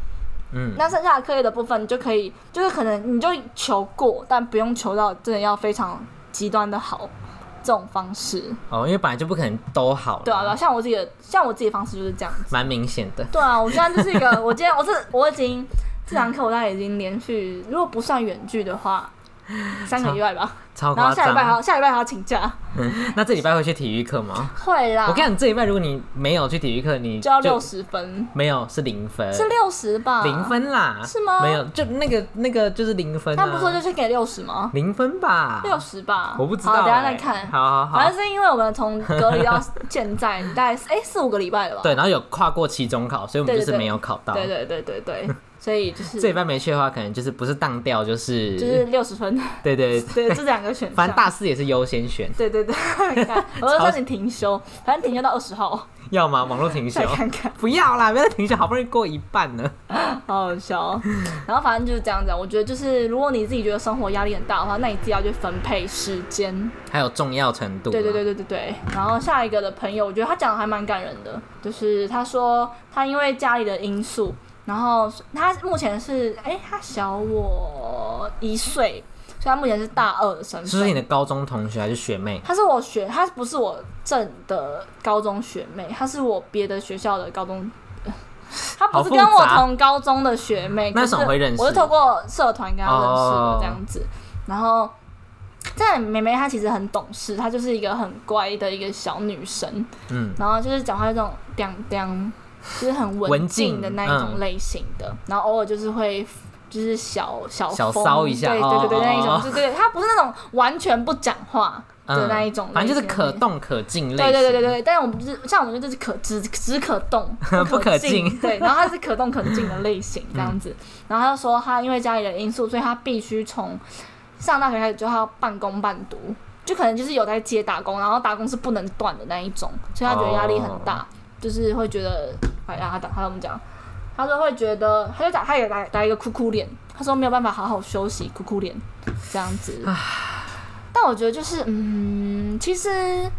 那剩下的课业的部分，你就可以，就是可能你就求过，但不用求到真的要非常极端的好这种方式。 因为本来就不可能都好。 对啊，像我自己的方式就是这样子， 蛮明显的。 对啊，我现在就是一个，我已经这堂课我大概已经连续，如果不算远距的话，3个礼拜吧。 超夸张。 然后下礼拜还要请假。 那这礼拜会去体育课吗？ 会啦。 我跟你讲，这礼拜如果你没有去体育课，你就要60分。 没有，是0分。 是60吧 ？0分啦。 是吗？ 没有，就那个就是0分。 他不说就是给60吗 ？0分吧。 60吧。 我不知道。 好，等一下再看。 好。 反正是因为我们从隔离到现在，大概4-5个礼拜了吧。 对，然后有跨过期中考，所以我们就是没有考到。 对。所以就是这礼拜没去的话，可能就是不是当掉，就是 60分。 对， 这2个选项。 反正大4也是优先选。 对。我就说你停休，反正停休到20号。 要吗？网络停休？ 看看。 不要啦，不要再停休，好不容易过一半了。 好好笑。然后反正就是这样子，我觉得就是如果你自己觉得生活压力很大的话，那你自己要去分配时间， 还有重要程度。 对。然后下一个的朋友，我觉得他讲的还蛮感人的，就是他说他因为家里的因素。然后他目前是，他小我1岁，所以他目前是大2的身份。 是你的高中同学还是学妹？ 他不是我正的高中学妹，他是我别的学校的高中，他不是跟我同高中的学妹。 那怎么会认识？ 我是透过社团跟他认识的这样子。然后，这妹妹她其实很懂事，她就是一个很乖的一个小女生。然后就是讲话那种就是很文静的那一种类型的，然后偶尔就是会就是小骚一下， 对那一种，对，他不是那种完全不讲话的那一种， 反正就是可动可静类型。 对，但是我们就是像我们就是只可动不可静， 对，然后他是可动可静的类型这样子。然后他就说他因为家里的因素，所以他必须从上大学开始就要半工半读，就可能就是有在接打工，然后打工是不能断的那一种，所以他觉得压力很大。就是会觉得，他怎么讲？他说会觉得，他也打一个哭脸，他说没有办法好好休息，哭脸这样子。但我觉得就是，其实，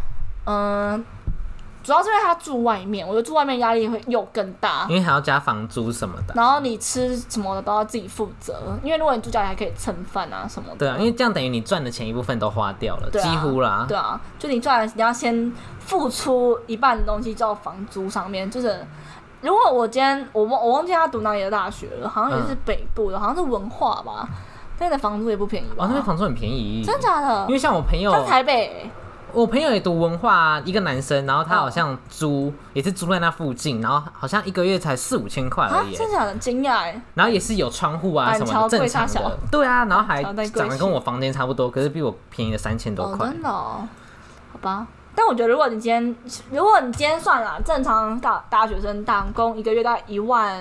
主要是因为他住外面，我觉得住外面压力会又更大， 因为还要加房租什么的， 然后你吃什么的都要自己负责，因为如果你住家里还可以蹭饭啊什么的。 对啊，因为这样等于你赚的钱一部分都花掉了，几乎啦。 对啊，就你赚了，你要先付出一半的东西到房租上面，就是。如果我今天我忘记他读哪里的大学了，好像也是北部的，好像是文化吧，那边的房租也不便宜吧？ 那边房租很便宜， 真的假的？ 因为像我朋友， 他台北。 我朋友也读文化，一个男生，然后他好像也是租在那附近，然后好像1个月才4-5千块而已。 真的假的？惊讶哎！ 然后也是有窗户啊什么的，正常的。对啊，然后还长得跟我房间差不多，可是比我便宜了3000多块。 真的哦？好吧。但我觉得，如果你今天算啦，正常大学生打工1个月大概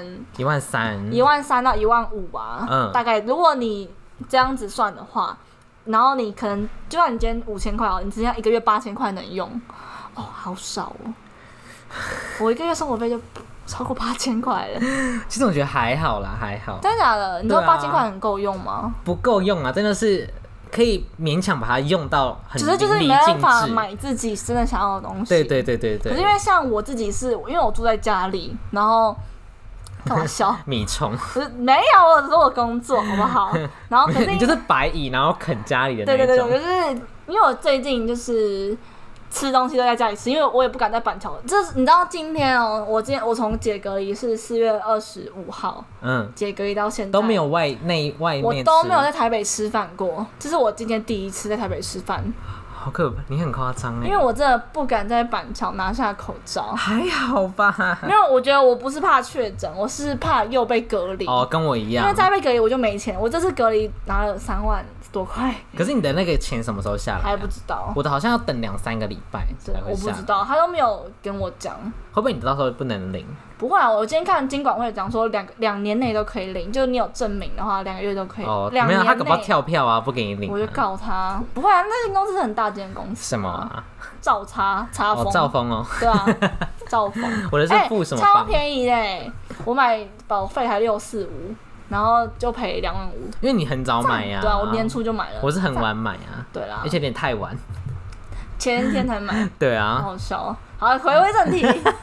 13000到15000吧。大概如果你这样子算的话。然后你可能就算你今天5000块哦，你只剩下1个月8000块能用，好少哦！我1个月生活费就超过8000块了。 其实我觉得还好啦，还好。 真的假的？你说8000块很够用吗？ 不够用啊，真的是可以勉强把它用到很淋漓尽致。 就是你没办法买自己真的想要的东西。 对。 可是因为像我自己是，因为我住在家里，然后。干嘛笑？ 米虫没有，我只是我工作，好不好？然后可是你就是白蚁，然后啃家里的那种。 对，就是因为我最近就是吃东西都在家里吃，因为我也不敢在板桥。你知道今天我从解隔离是4月25号，解隔离到现在都没有外面我都没有在台北吃饭过，这是我今天第一次在台北吃饭。 好可怕，你很夸张哎！ 因为我真的不敢在板桥拿下口罩。 还好吧？ 没有，我觉得我不是怕确诊，我是怕又被隔离。 跟我一样。 因为再被隔离我就没钱，我这次隔离拿了3万多块。 可是你的那个钱什么时候下来？ 还不知道。我的好像要等2-3个礼拜才会下来。 我不知道，他都没有跟我讲。 会不会你到时候不能领？ 不会啊，我今天看金管会讲说两年内都可以领，就是你有证明的话，2个月都可以。 没有，他搞不好跳票啊，不给你领。 我就告他。不会啊，那间公司是很大间公司。 什么啊？ 兆差风。 兆丰哦。 对啊，兆丰。 我的是付什么？ 超便宜嘞！我买保费还645，然后就赔2万5。 因为你很早买呀。 对啊，我年初就买了。 我是很晚买啊。 对啦。 而且有点太晚。 前天才买。 对啊。 好笑。好，回归正题。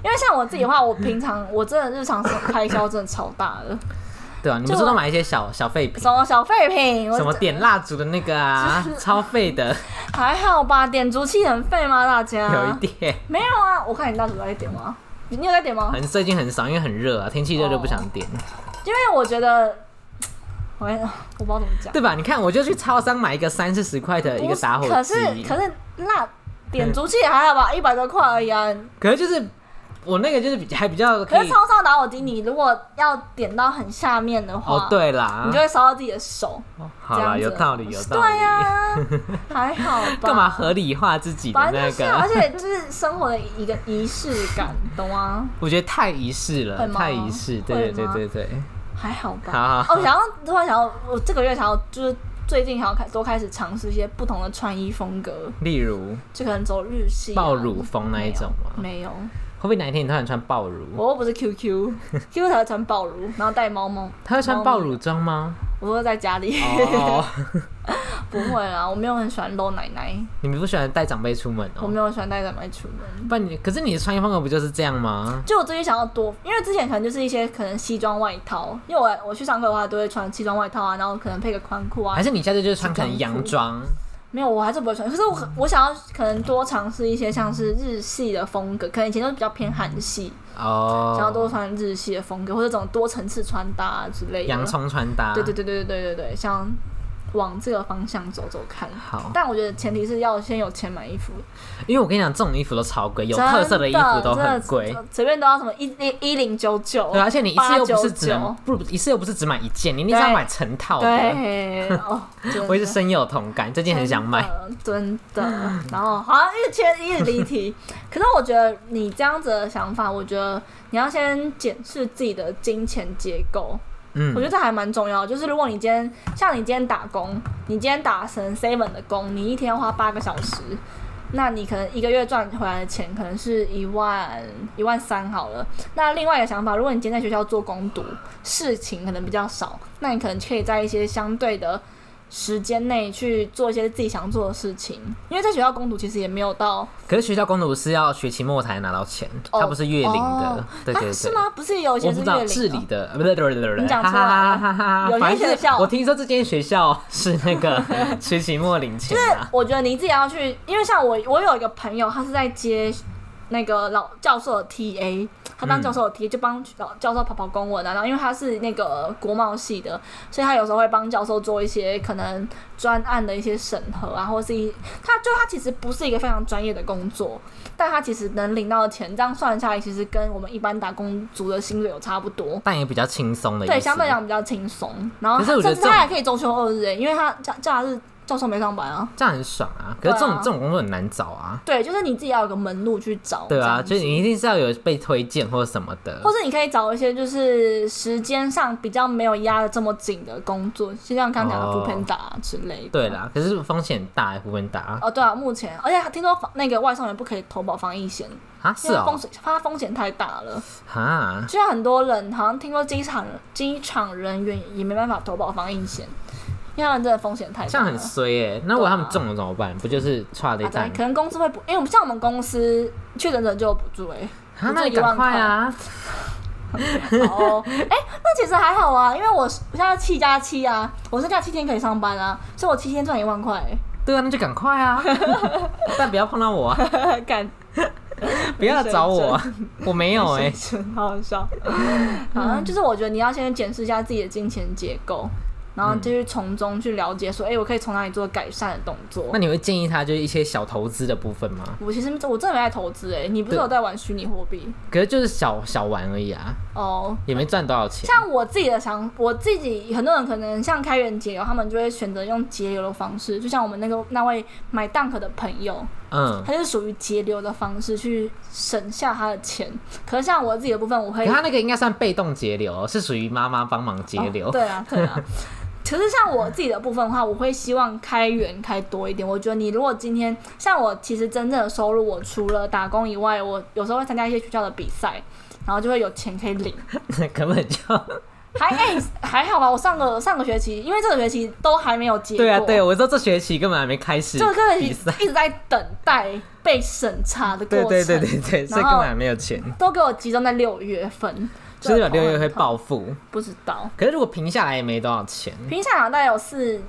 因为像我自己的话，我平常我真的日常开销真的超大的。 对啊，你不是都买一些小废品？ 什么小废品？ 什么点蜡烛的那个啊，超废的。 还好吧，点烛器很废吗？大家有一点。 没有啊，我看你蜡烛在点吗？你有在点吗？ 最近很少，因为很热啊，天气热就不想点。 因为我觉得，我不知道怎么讲， 对吧？你看，我就去超商买一个30-40块的一个打火机， 可是点烛器也还好吧，100多块而已啊。 可是就是我那个就是还比较可以， 可是超商打火机，你如果要点到很下面的话， 对啦， 你就会烧到自己的手。 好啦，有道理，有道理。 对呀，还好吧。 干嘛合理化自己的那个？ 而且就是生活的一个仪式感，懂吗？ 我觉得太仪式了，太仪式。对。 还好吧。突然想要，我这个月想要就是最近想要多开始尝试一些不同的穿衣风格， 例如就可能走日系、 暴乳风那一种吗？ 没有。 会不会哪一天你突然穿暴乳？ 我又不是 QQ 才会穿暴乳，然后戴猫毛。 他会穿暴乳装吗？ 我说在家里。不会啦，我没有很喜欢露奶奶。 你们不喜欢带长辈出门哦？ 我没有喜欢带长辈出门。 可是你的穿衣风格不就是这样吗？ 就我最近想要多，因为之前可能就是一些可能西装外套，因为我去上课的话都会穿西装外套啊，然后可能配个宽裤啊。 还是你下次就是穿可能洋装？ 没有，我还是不会穿。可是我想要可能多尝试一些像是日系的风格，可能以前都是比较偏韩系想要多穿日系的风格，或者这种多层次穿搭之类的。 洋葱穿搭。 对，像往这个方向走看。 好， 但我觉得前提是要先有钱买衣服， 因为我跟你讲，这种衣服都超贵，有特色的衣服都很贵， 随便都要什么1099。 对，而且你一次又不是只买一件，你一定要买成套的。 对， 我也是深有同感，最近很想买， 真的。然后好像一直离题，可是我觉得你这样子的想法，我觉得你要先检视自己的金钱结构。我觉得这还蛮重要的，就是如果你今天打工，你今天打成 7 的工，你一天要花8个小时，那你可能一个月赚回来的钱可能是13000好了。那另外一个想法，如果你今天在学校做工读，事情可能比较少，那你可能可以在一些相对的时间内去做一些自己想做的事情，因为在学校工读其实也没有到。 可是学校工读是要学期末才拿到钱，它不是月领的。对， 是吗？不是有些是月领的？ 我不知道治理的，不对， 你讲错了。有些学校， 我听说这间学校是那个学期末领钱。 就是我觉得你自己要去，因为像我有一个朋友，他是在接那个老教授的 TA。他当教授的 TA 就帮教授跑公文啊，然后因为他是那个国贸系的，所以他有时候会帮教授做一些可能专案的一些审核啊，或是他其实不是一个非常专业的工作，但他其实能领到的钱，这样算下来，其实跟我们一般打工族的薪水有差不多， 但也比较轻松的意思。 对，相对来讲比较轻松。然后甚至他还可以周休2日，因为他假日。教授没上班啊， 这样很爽啊！可是这种工作很难找啊。 对，就是你自己要有个门路去找。 对啊，就是你一定是要有被推荐或者什么的， 或是你可以找一些就是时间上比较没有压得这么紧的工作，就像刚讲的Foodpanda之类的。 对啦，可是风险大，Foodpanda。 哦，对啊，目前而且听说那个外送员不可以投保防疫险啊，是哦， 怕风险太大了啊。 就像很多人好像听说机场人员也没办法投保防疫险。因为他们真的风险太大了， 这样很衰耶。那如果他们中了怎么办？不就是差了一站？ 可能公司会补，因为我们像我们公司确诊者就有补助那你赶快啊！ 哦，那其实还好啊，因为我现在7+7啊，我剩下7天可以上班啊，所以我7天赚1万块。 对啊，那就赶快啊！但不要碰到我啊！ 干， 不要找我，我没有好好笑。反正就是我觉得你要先检视一下自己的金钱结构。然后就去从中去了解说，我可以从哪里做改善的动作。 那你会建议他就是一些小投资的部分吗？ 我真的没在投资你不是有在玩虚拟货币？ 可是就是小玩而已啊。哦，也没赚多少钱。 像我自己很多人可能像开源节流，他们就会选择用节流的方式，就像我们那位买 Dunk 的朋友，他是属于节流的方式去省下他的钱。可是像我自己的部分，可他那个应该算被动节流，是属于妈妈帮忙节流。 对啊。可是像我自己的部分的话，我会希望开源开多一点。我觉得你如果今天像我，其实真正的收入，我除了打工以外，我有时候会参加一些学校的比赛，然后就会有钱可以领。 根本就还好吧。我上个学期，因为这个学期都还没有结果。 对啊，对，我说这学期根本还没开始， 这个学期一直在等待被审查的过程， 对，所以根本还没有钱， 都给我集中在6月份。 所以6月会暴富？ 不知道。 可是如果平下来也没多少钱， 平下来大概有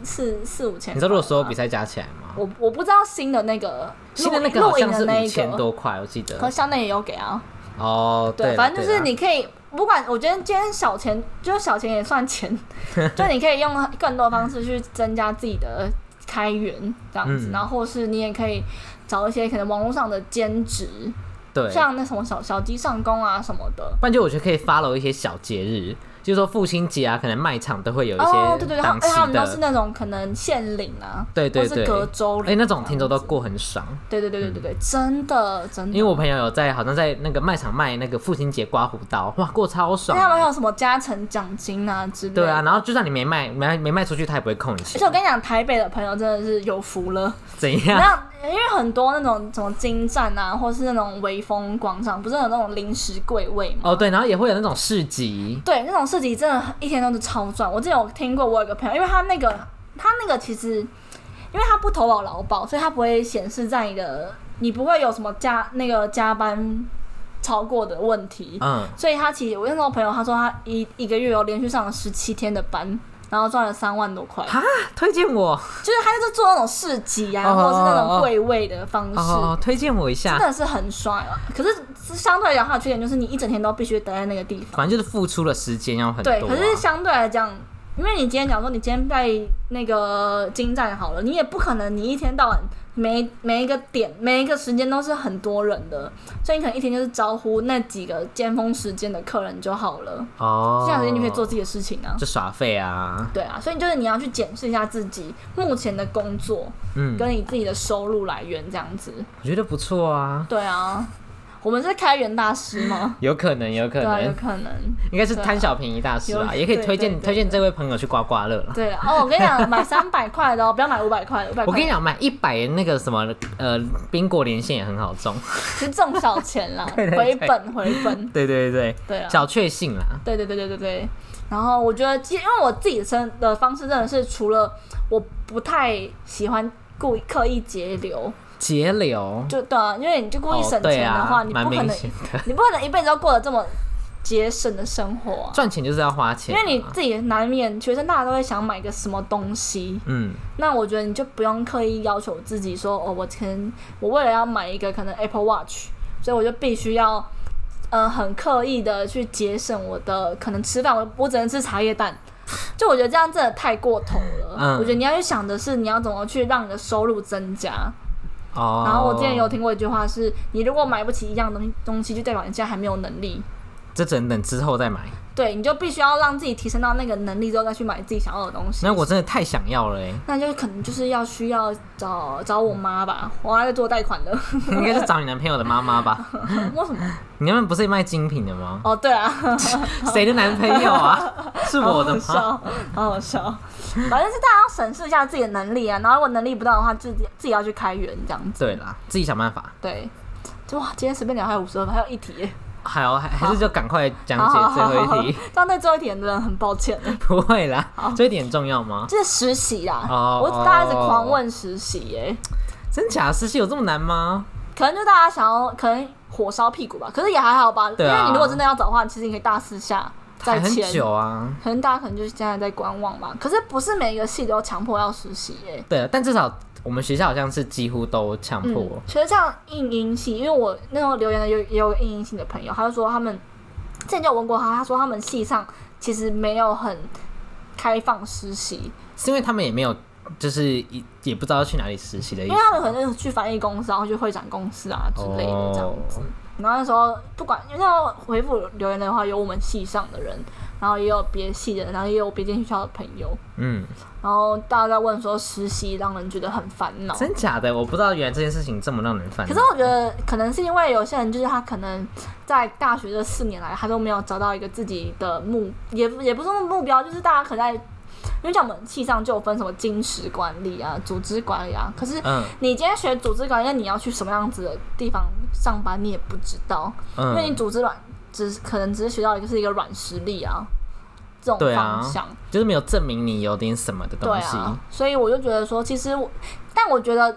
4-5千。 你知道如果所有比赛加起来吗？ 我不知道新的那个好像是5000多块，我记得。 可校内也有给啊。 哦，对， 反正就是你可以，不管我觉得今天小钱，就是小钱也算钱，就你可以用更多的方式去增加自己的开源这样子，然后或是你也可以找一些可能网络上的兼职。对，像那什么小鸡上工啊什么的， 不然就我觉得可以 follow 一些小节日，就是说父亲节啊，可能卖场都会有一些档期的， 他们都是那种可能限领啊， 对， 或是隔周领， 那种听说都过很爽。 对，真的。 因为我朋友有好像在那个卖场卖那个父亲节刮胡刀，哇，过超爽。 他们有什么加成奖金啊之类的。 对啊，然后就算你没卖出去，他也不会扣你钱。 而且我跟你讲，台北的朋友真的是有福了。 怎样？ 因为很多那种什么金站啊，或是那种微风广场，不是有那种零食柜位吗？ 哦，对，然后也会有那种市集。 对，那种市集真的一天都是超赚。我之前有听过，我有个朋友，因为他那个其实，因为他不投保劳保，所以他不会显示在你不会有什么加班超过的问题。所以他其实我那时候朋友他说他一个月有连续上了17天的班。然后赚了3万多块。 推荐我， 就是他就是做那种市集啊，或者是那种柜位的方式。 推荐我一下， 真的是很爽啊！可是相对来讲，它的缺点就是你一整天都必须待在那个地方， 反正就是付出的时间要很多。 对，可是相对来讲，因为你今天讲说你今天在那个金站好了，你也不可能你一天到晚每一个点每一个时间都是很多人的，所以你可能一天就是招呼那几个尖峰时间的客人就好了。这样时间你可以做自己的事情啊， 就耍废啊。 对啊，所以就是你要去检视一下自己目前的工作，跟你自己的收入来源这样子。 我觉得不错啊。 对啊。我们是开源大师吗？ 有可能， 对啊，有可能， 应该是贪小便宜大师啦，也可以推荐这位朋友去刮刮乐了。 对啊，我跟你讲，买300块的不要买500块的。 我跟你讲，买100那个什么宾果连线也很好中， 是中小钱啦，回本。 对啊，小确幸啦。 对。然后我觉得，因为我自己的方式真的是，除了我不太喜欢刻意节流。就对啊，因为你就故意省钱的话，你不可能一辈子都过得这么节省的生活啊。 赚钱就是要花钱， 因为你自己难免学生大家都会想买个什么东西，那我觉得你就不用刻意要求自己说，我为了要买一个可能 Apple Watch， 所以我就必须要很刻意的去节省我的可能吃饭，我只能吃茶叶蛋。就我觉得这样真的太过头了。我觉得你要去想的是，你要怎么去让你的收入增加。然后我之前有听过一句话是，你如果买不起一样东西，就代表你现在还没有能力， 这只能等之后再买。 对，你就必须要让自己提升到那个能力之后，再去买自己想要的东西。 那我真的太想要了那就可能就是需要找我妈吧，我还在做贷款的。 应该是找你男朋友的妈妈吧？ 为什么？ 你那边不是卖精品的吗？ 对啊。 谁的男朋友啊？是我的吗？ 好好笑。反正是大家要审视一下自己的能力啊，然后如果能力不到的话，自己要去开源这样子。 对啦，自己想办法。 对。哇，今天随便聊还有52分，还有一题耶。 还是就赶快讲解最后一题。 这样对最后一题的人很抱歉。 不会啦，最后一题很重要吗？ 就是实习啦。我大家一直狂问实习耶。 真假？实习有这么难吗？ 可能就大家想要，可能火烧屁股吧。可是也还好吧，因为你如果真的要找的话，其实你可以大四下再签。 很久啊。 可能大家可能就是现在在观望吧。可是不是每一个系都强迫要实习耶。 对，但至少。我们学校好像是几乎都强迫。 其实像应英系，因为我那时候留言的也有应英系的朋友，他就说他们之前就有问过他说他们系上其实没有很开放实习， 是因为他们也没有就是也不知道去哪里实习的意思， 因为他们可能去翻译公司，然后去会展公司啊之类的这样子。然后那时候不管，因为那时候回复留言的话，有我们系上的人，然后也有别系的人，然后也有别间学校的朋友。然后大家在问说实习让人觉得很烦恼。 真假的？我不知道原来这件事情这么让人烦恼。 可是我觉得可能是因为有些人就是他可能在大学这4年来，他都没有找到一个自己的也不是目标，就是大家可能在。因为像我们系上就有分什么精实管理啊、组织管理啊，可是你今天学组织管理，那你要去什么样子的地方上班，你也不知道，因为你组织可能只是学到一个软实力啊，这种方向， 就是没有证明你有点什么的东西。 对啊，所以我就觉得说，其实但我觉得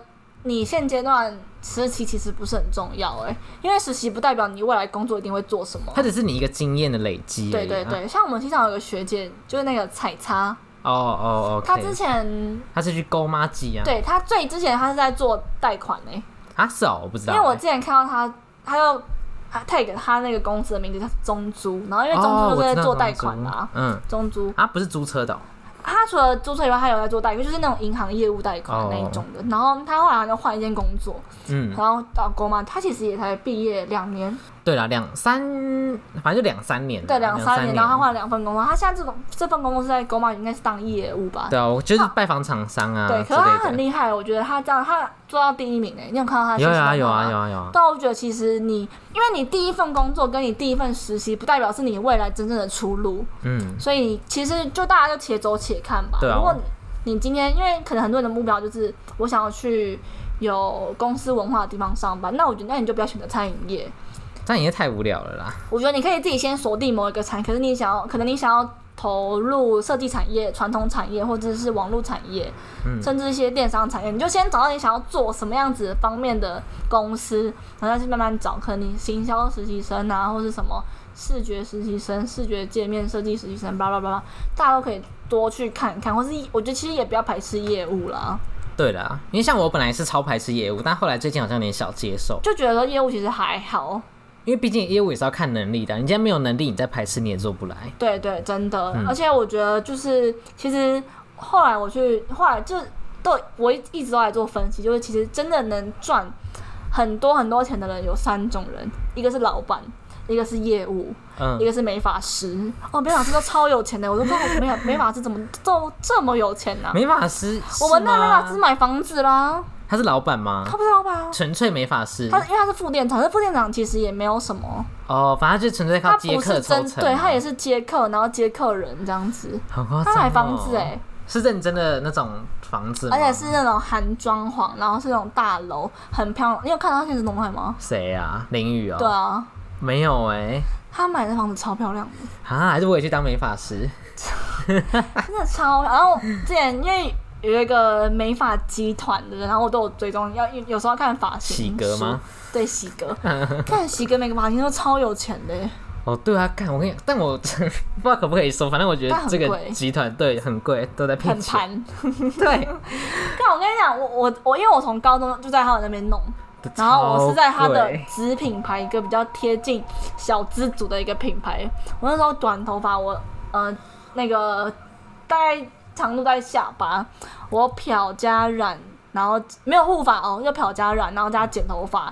你现阶段实习其实不是很重要因为实习不代表你未来工作一定会做什么， 它只是你一个经验的累积。 对对对，像我们系上有个学姐，就是那个彩叉。 哦， 她之前她是去勾妈记啊。 对，她最之前她是在做贷款是哦，我不知道。 因为我之前看到她就tag 她那个公司的名字叫中租，然后因为中租就是在做贷款啦，中租不是租车的。 他除了租车以外，他有在做贷款，就是那种银行业务贷款那一种的。然后他后来就换一间工作，然后到国嘛，他其实也才毕业2年。 对啦，2-3，反正就2-3年。 对，2-3年，然后他换了2份工作。他现在这份工作是在国嘛，应该是当业务吧？ 对啊，我就是拜访厂商啊。 对，可是他很厉害，我觉得他这样，他做到第1名你有看到他的信息吗？ 有啊。 但我觉得其实因为你第一份工作跟你第一份实习，不代表是你未来真正的出路。所以其实就大家就且走且看吧。如果你今天，因为可能很多人的目标就是我想要去有公司文化的地方上班，那我觉得那你就不要选择餐饮业。 餐饮业太无聊了啦。 我觉得你可以自己先锁定某一个产业，可是可能你想要投入设计产业、传统产业或者是网络产业，甚至一些电商产业，你就先找到你想要做什么样子方面的公司，然后再去慢慢找。可能你行销实习生啊，或是什么视觉实习生、视觉界面设计实习生，巴拉巴拉，大家都可以多去看看，或是我觉得其实也不要排斥业务啦。 对啦，因为像我本来是超排斥业务，但后来最近好像有点小接受， 就觉得说业务其实还好。 因为毕竟业务也是要看能力的，你今天没有能力，你再排斥你也做不来。 对对，真的。而且我觉得就是其实后来就我一直都在做分析，就是其实真的能赚很多很多钱的人有3种人，一个是老板，一个是业务，一个是美发师。美发师都超有钱的，我都不知道美发师怎么都这么有钱啊！ 美发师， 我们那美发师买房子啦。 他是老板吗？ 他不是老板啊， 纯粹美发师。 因为他是副店长，但副店长其实也没有什么。 反正就纯粹靠接客抽成。 对，他也是接客，然后接客人这样子。 很夸张。 他买房子是认真的那种房子吗？ 而且是那种韩装潢，然后是那种大楼，很漂亮。你有看到他现实动态吗？ 谁啊？林宇哦。 对啊。 没有他买的房子超漂亮的。 还是我也去当美发师。 真的超。然后之前因为有一个美发集团的人，然后我都有追踪，有时候要看发型。 喜格吗？ 对，喜格。看喜格每个发型都超有钱的。 对啊，看我跟你讲，但我不知道可不可以说，反正我觉得这个集团对很贵，都在骗钱。 很盘。 对。 但我跟你讲，我因为我从高中就在他那边弄，然后我是在他的子品牌，一个比较贴近小资族的一个品牌。我那时候短头发，我那个大概长度在下巴，我漂加染，然后没有护发就漂加染，然后加剪头发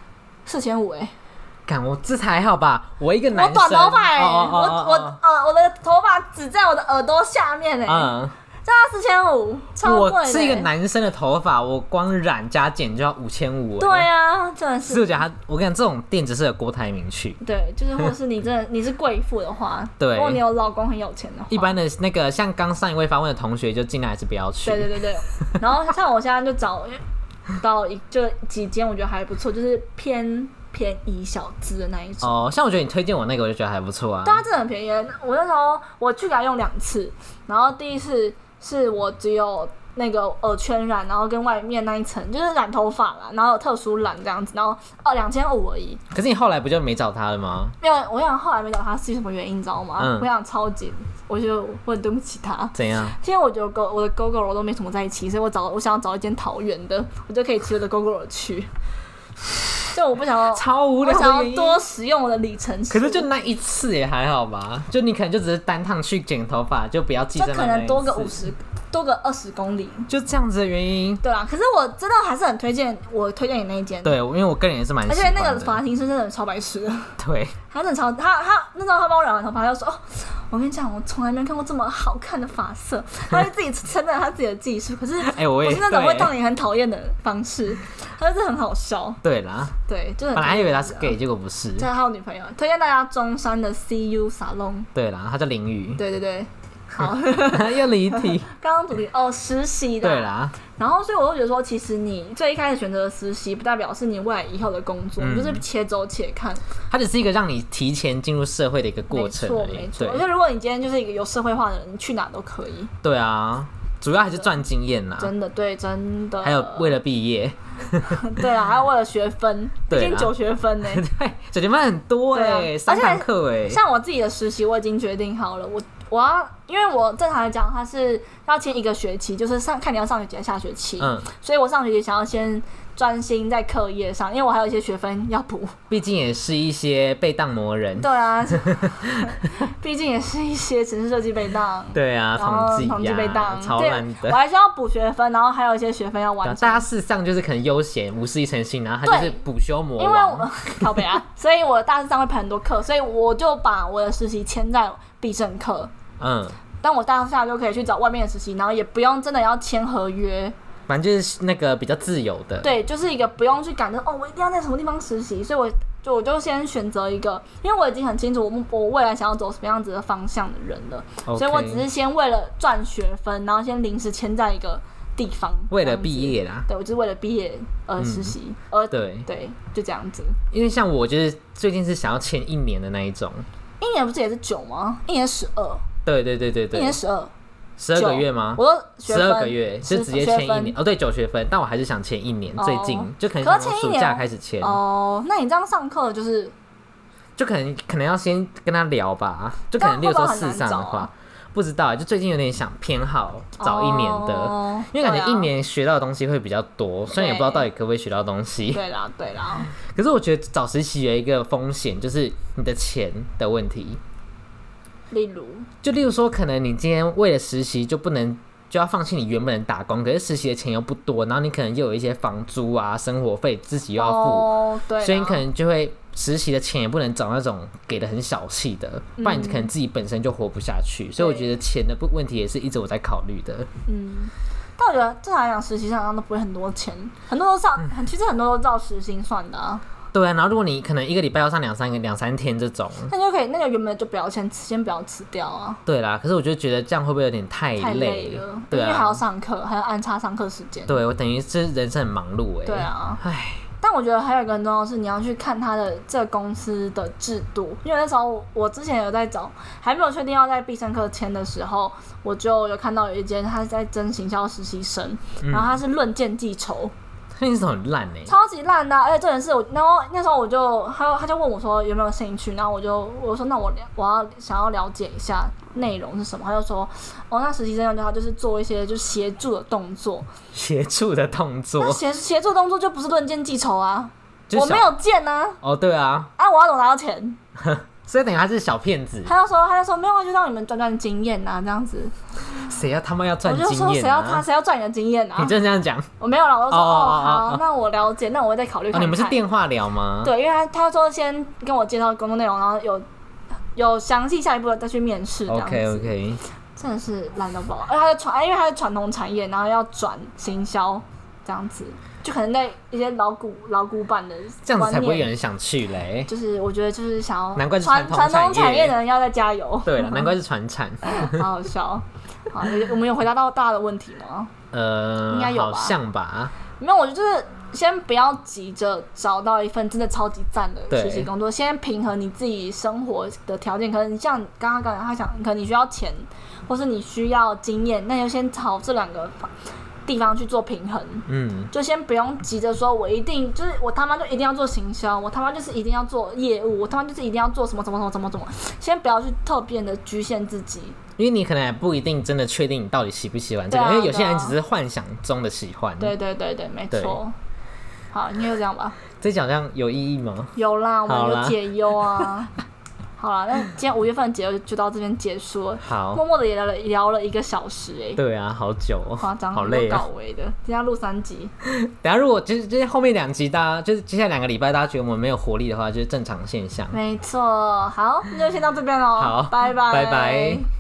，4500 干我这才好吧，我一个男生， 我短头发我的头发只在我的耳朵下面这要4500，超贵的。 我是一个男生的头发，我光染加剪就要5500。 对啊，真的是。 所以我讲我跟你讲，这种店只适合郭台铭去。 对，就是或者是你真的你是贵妇的话， 对， 如果你有老公很有钱的话， 一般的那个像刚上一位发问的同学，就尽量还是不要去。 对。然后像我现在就找到就几间，我觉得还不错，就是偏宜小资的那一种。 像我觉得你推荐我那个，我就觉得还不错啊。 对啊，真的很便宜。我那时候我去给他用2次，然后第一次是我只有那个耳圈染，然后跟外面那一层就是染头发啦，然后有特殊染这样子，然后2500而已。 可是你后来不就没找他了吗？ 没有，我想后来没找他是什么原因，你知道吗？我想超级，我觉得我很对不起他。 怎样？ 因为我觉得我的狗狗都没什么在一起，所以我想要找一间桃园的，我就可以骑我的狗狗去。就我不想要超无聊的原因， 我想要多使用我的里程数。 可是就那一次也还好吧，就你可能就只是单趟去剪头发，就不要记在那一次。 就可能多个20公里， 就这样子的原因。 对啊，可是我真的还是很推荐你那一间。 对，因为我个人也是蛮喜欢的。 而且那个发型师真的超白痴的。 对， 他真的超他那时候他帮我染完头发，他就说我跟你讲，我从来没有看过这么好看的发色。他会自己承认他自己的技术，可是我是那种会让你很讨厌的方式，他就是很好笑。 对啦， 对，就很本来以为他是 gay， 结果不是。 这是他有女朋友，推荐大家中山的 CU Salon。 对啦，他叫林宇。 对。好， 又离题。 刚刚主题实习的。 对啦。 然后，所以我就觉得说，其实你最一开始选择的实习，不代表是你未来以后的工作，你就是且走且看。 它只是一个让你提前进入社会的一个过程。 没错。而且如果你今天就是一个有社会化的人，你去哪都可以。 对啊。 主要还是赚经验啦。 真的，对，真的。 还有为了毕业。 对啊，还有为了学分，毕竟9学分呢。 对，9学分很多3堂课像我自己的实习，我已经决定好了，我要，因为我正常来讲，它是要签1个学期，就是看你要上学期还是下学期。所以我上学期想要先专心在课业上，因为我还有一些学分要补。毕竟也是一些被当魔人。 对啊，毕竟也是一些程式设计被当。 对啊，统计被当，超烂的。 我还需要补学分，然后还有一些学分要完成。 大家事实上就是可能悠闲无事一成性，然后他就是补修魔王。 因为我靠北啊，所以我大四上会排很多课，所以我就把我的实习签在必胜课。但我大四下就可以去找外面的实习，然后也不用真的要签合约。 反正就是那个比较自由的， 对，就是一个不用去赶着我一定要在什么地方实习，所以我就先选择一个，因为我已经很清楚我未来想要走什么样子的方向的人了，所以我只是先为了赚学分，然后先临时签在一个地方， 为了毕业啦。 对，我就是为了毕业而实习，对，就这样子。 因为像我就是最近是想要签1年的那一种 ，1年不是也是9吗？1年12。 对 ，1年12 个月吗？ 我说 12个月就直接签1年对，9学分，但我还是想签1年，最近就可能从暑假开始签。 那你这样上课就可能要先跟他聊吧，就可能例如说4上的话，不知道，就最近有点想偏好找1年的，因为感觉1年学到的东西会比如比较多，虽然也不知道到底可不可以学到东西。 对啦。 可是我觉得找实习有一个风险，就是你的钱的问题。例如说，可能你今天为了实习就要放弃你原本的打工，可是实习的钱又不多，然后你可能又有一些房租啊、生活费自己又要付，所以你可能就会实习的钱也不能找那种给的很小气的，不然你可能自己本身就活不下去。所以我觉得钱的问题也是一直我在考虑的。 但我觉得正常来讲，实习上都不会很多钱，其实很多都照时薪算的啊。 对啊，然后如果你可能1个礼拜要上2、3天这种， 那就可以那个原本就不要先不要吃掉啊。 对啦，可是我就觉得这样会不会有点太累了？ 对啊， 因为还要上课，还要安插上课时间。 对，我等于是人生很忙碌对啊，但我觉得还有一个很重要的是，你要去看他的这个公司的制度，因为那时候我之前有在找，还没有确定要在必胜客签的时候，我就有看到有一间他是在征行销实习生，然后他是论件计酬。 那种很烂超级烂的而且这件事然后那时候他就问我说有没有兴趣，然后我说那我想要了解一下内容是什么，他就说那实习生他就是做一些就是协助的动作， 那协助动作就不是论件计酬啊，我没有件啊。 对啊， 我要怎么拿到钱？ 所以等于他是小骗子。 他就说没有啊，就让你们赚经验啊，这样子。 谁要他妈要赚经验？ 我就说谁要赚你的经验啊？ 你真的这样讲？ 我没有啦，我就说好，那我了解，那我会再考虑看看。 你们是电话聊吗？ 对，因为他说先跟我介绍工作内容，然后有详细下一步再去面试这样子。 OK， 真的是烂到爆。因为他是传统产业，然后要转行销这样子。就可能在一些老古板的这样子才不会有人想去嘞。 就是我觉得就是想要， 难怪是传统产业的人要再加油。 对了，难怪是传产。 好好笑。好，我们有回答到大家的问题吗？应该有吧。 好像吧。 没有，我觉得就是先不要急着找到一份真的超级赞的实习工作，先平衡你自己生活的条件。可能像刚刚他讲，可能你需要钱，或是你需要经验，那就先朝这2个地方去做平衡，就先不用急着说，我他妈就一定要做行销，我他妈就是一定要做业务，我他妈就是一定要做什么，先不要去特别的局限自己， 因为你可能还不一定真的确定你到底喜不喜欢这个，因为有些人只是幻想中的喜欢。 对，没错。好，你就这样吧。 这讲这样有意义吗？ 有啦，我们有解忧啊。好啦，那今天5月份的节就到这边结束了。 好， 默默的也聊了1个小时对啊，好久夸张， 好累搞维的。今天录3集， 等一下如果就是后面2集，大家就是接下来2个礼拜，大家觉得我们没有活力的话，就是正常现象。 没错，好，那就先到这边喽。 好， 拜拜， 拜拜。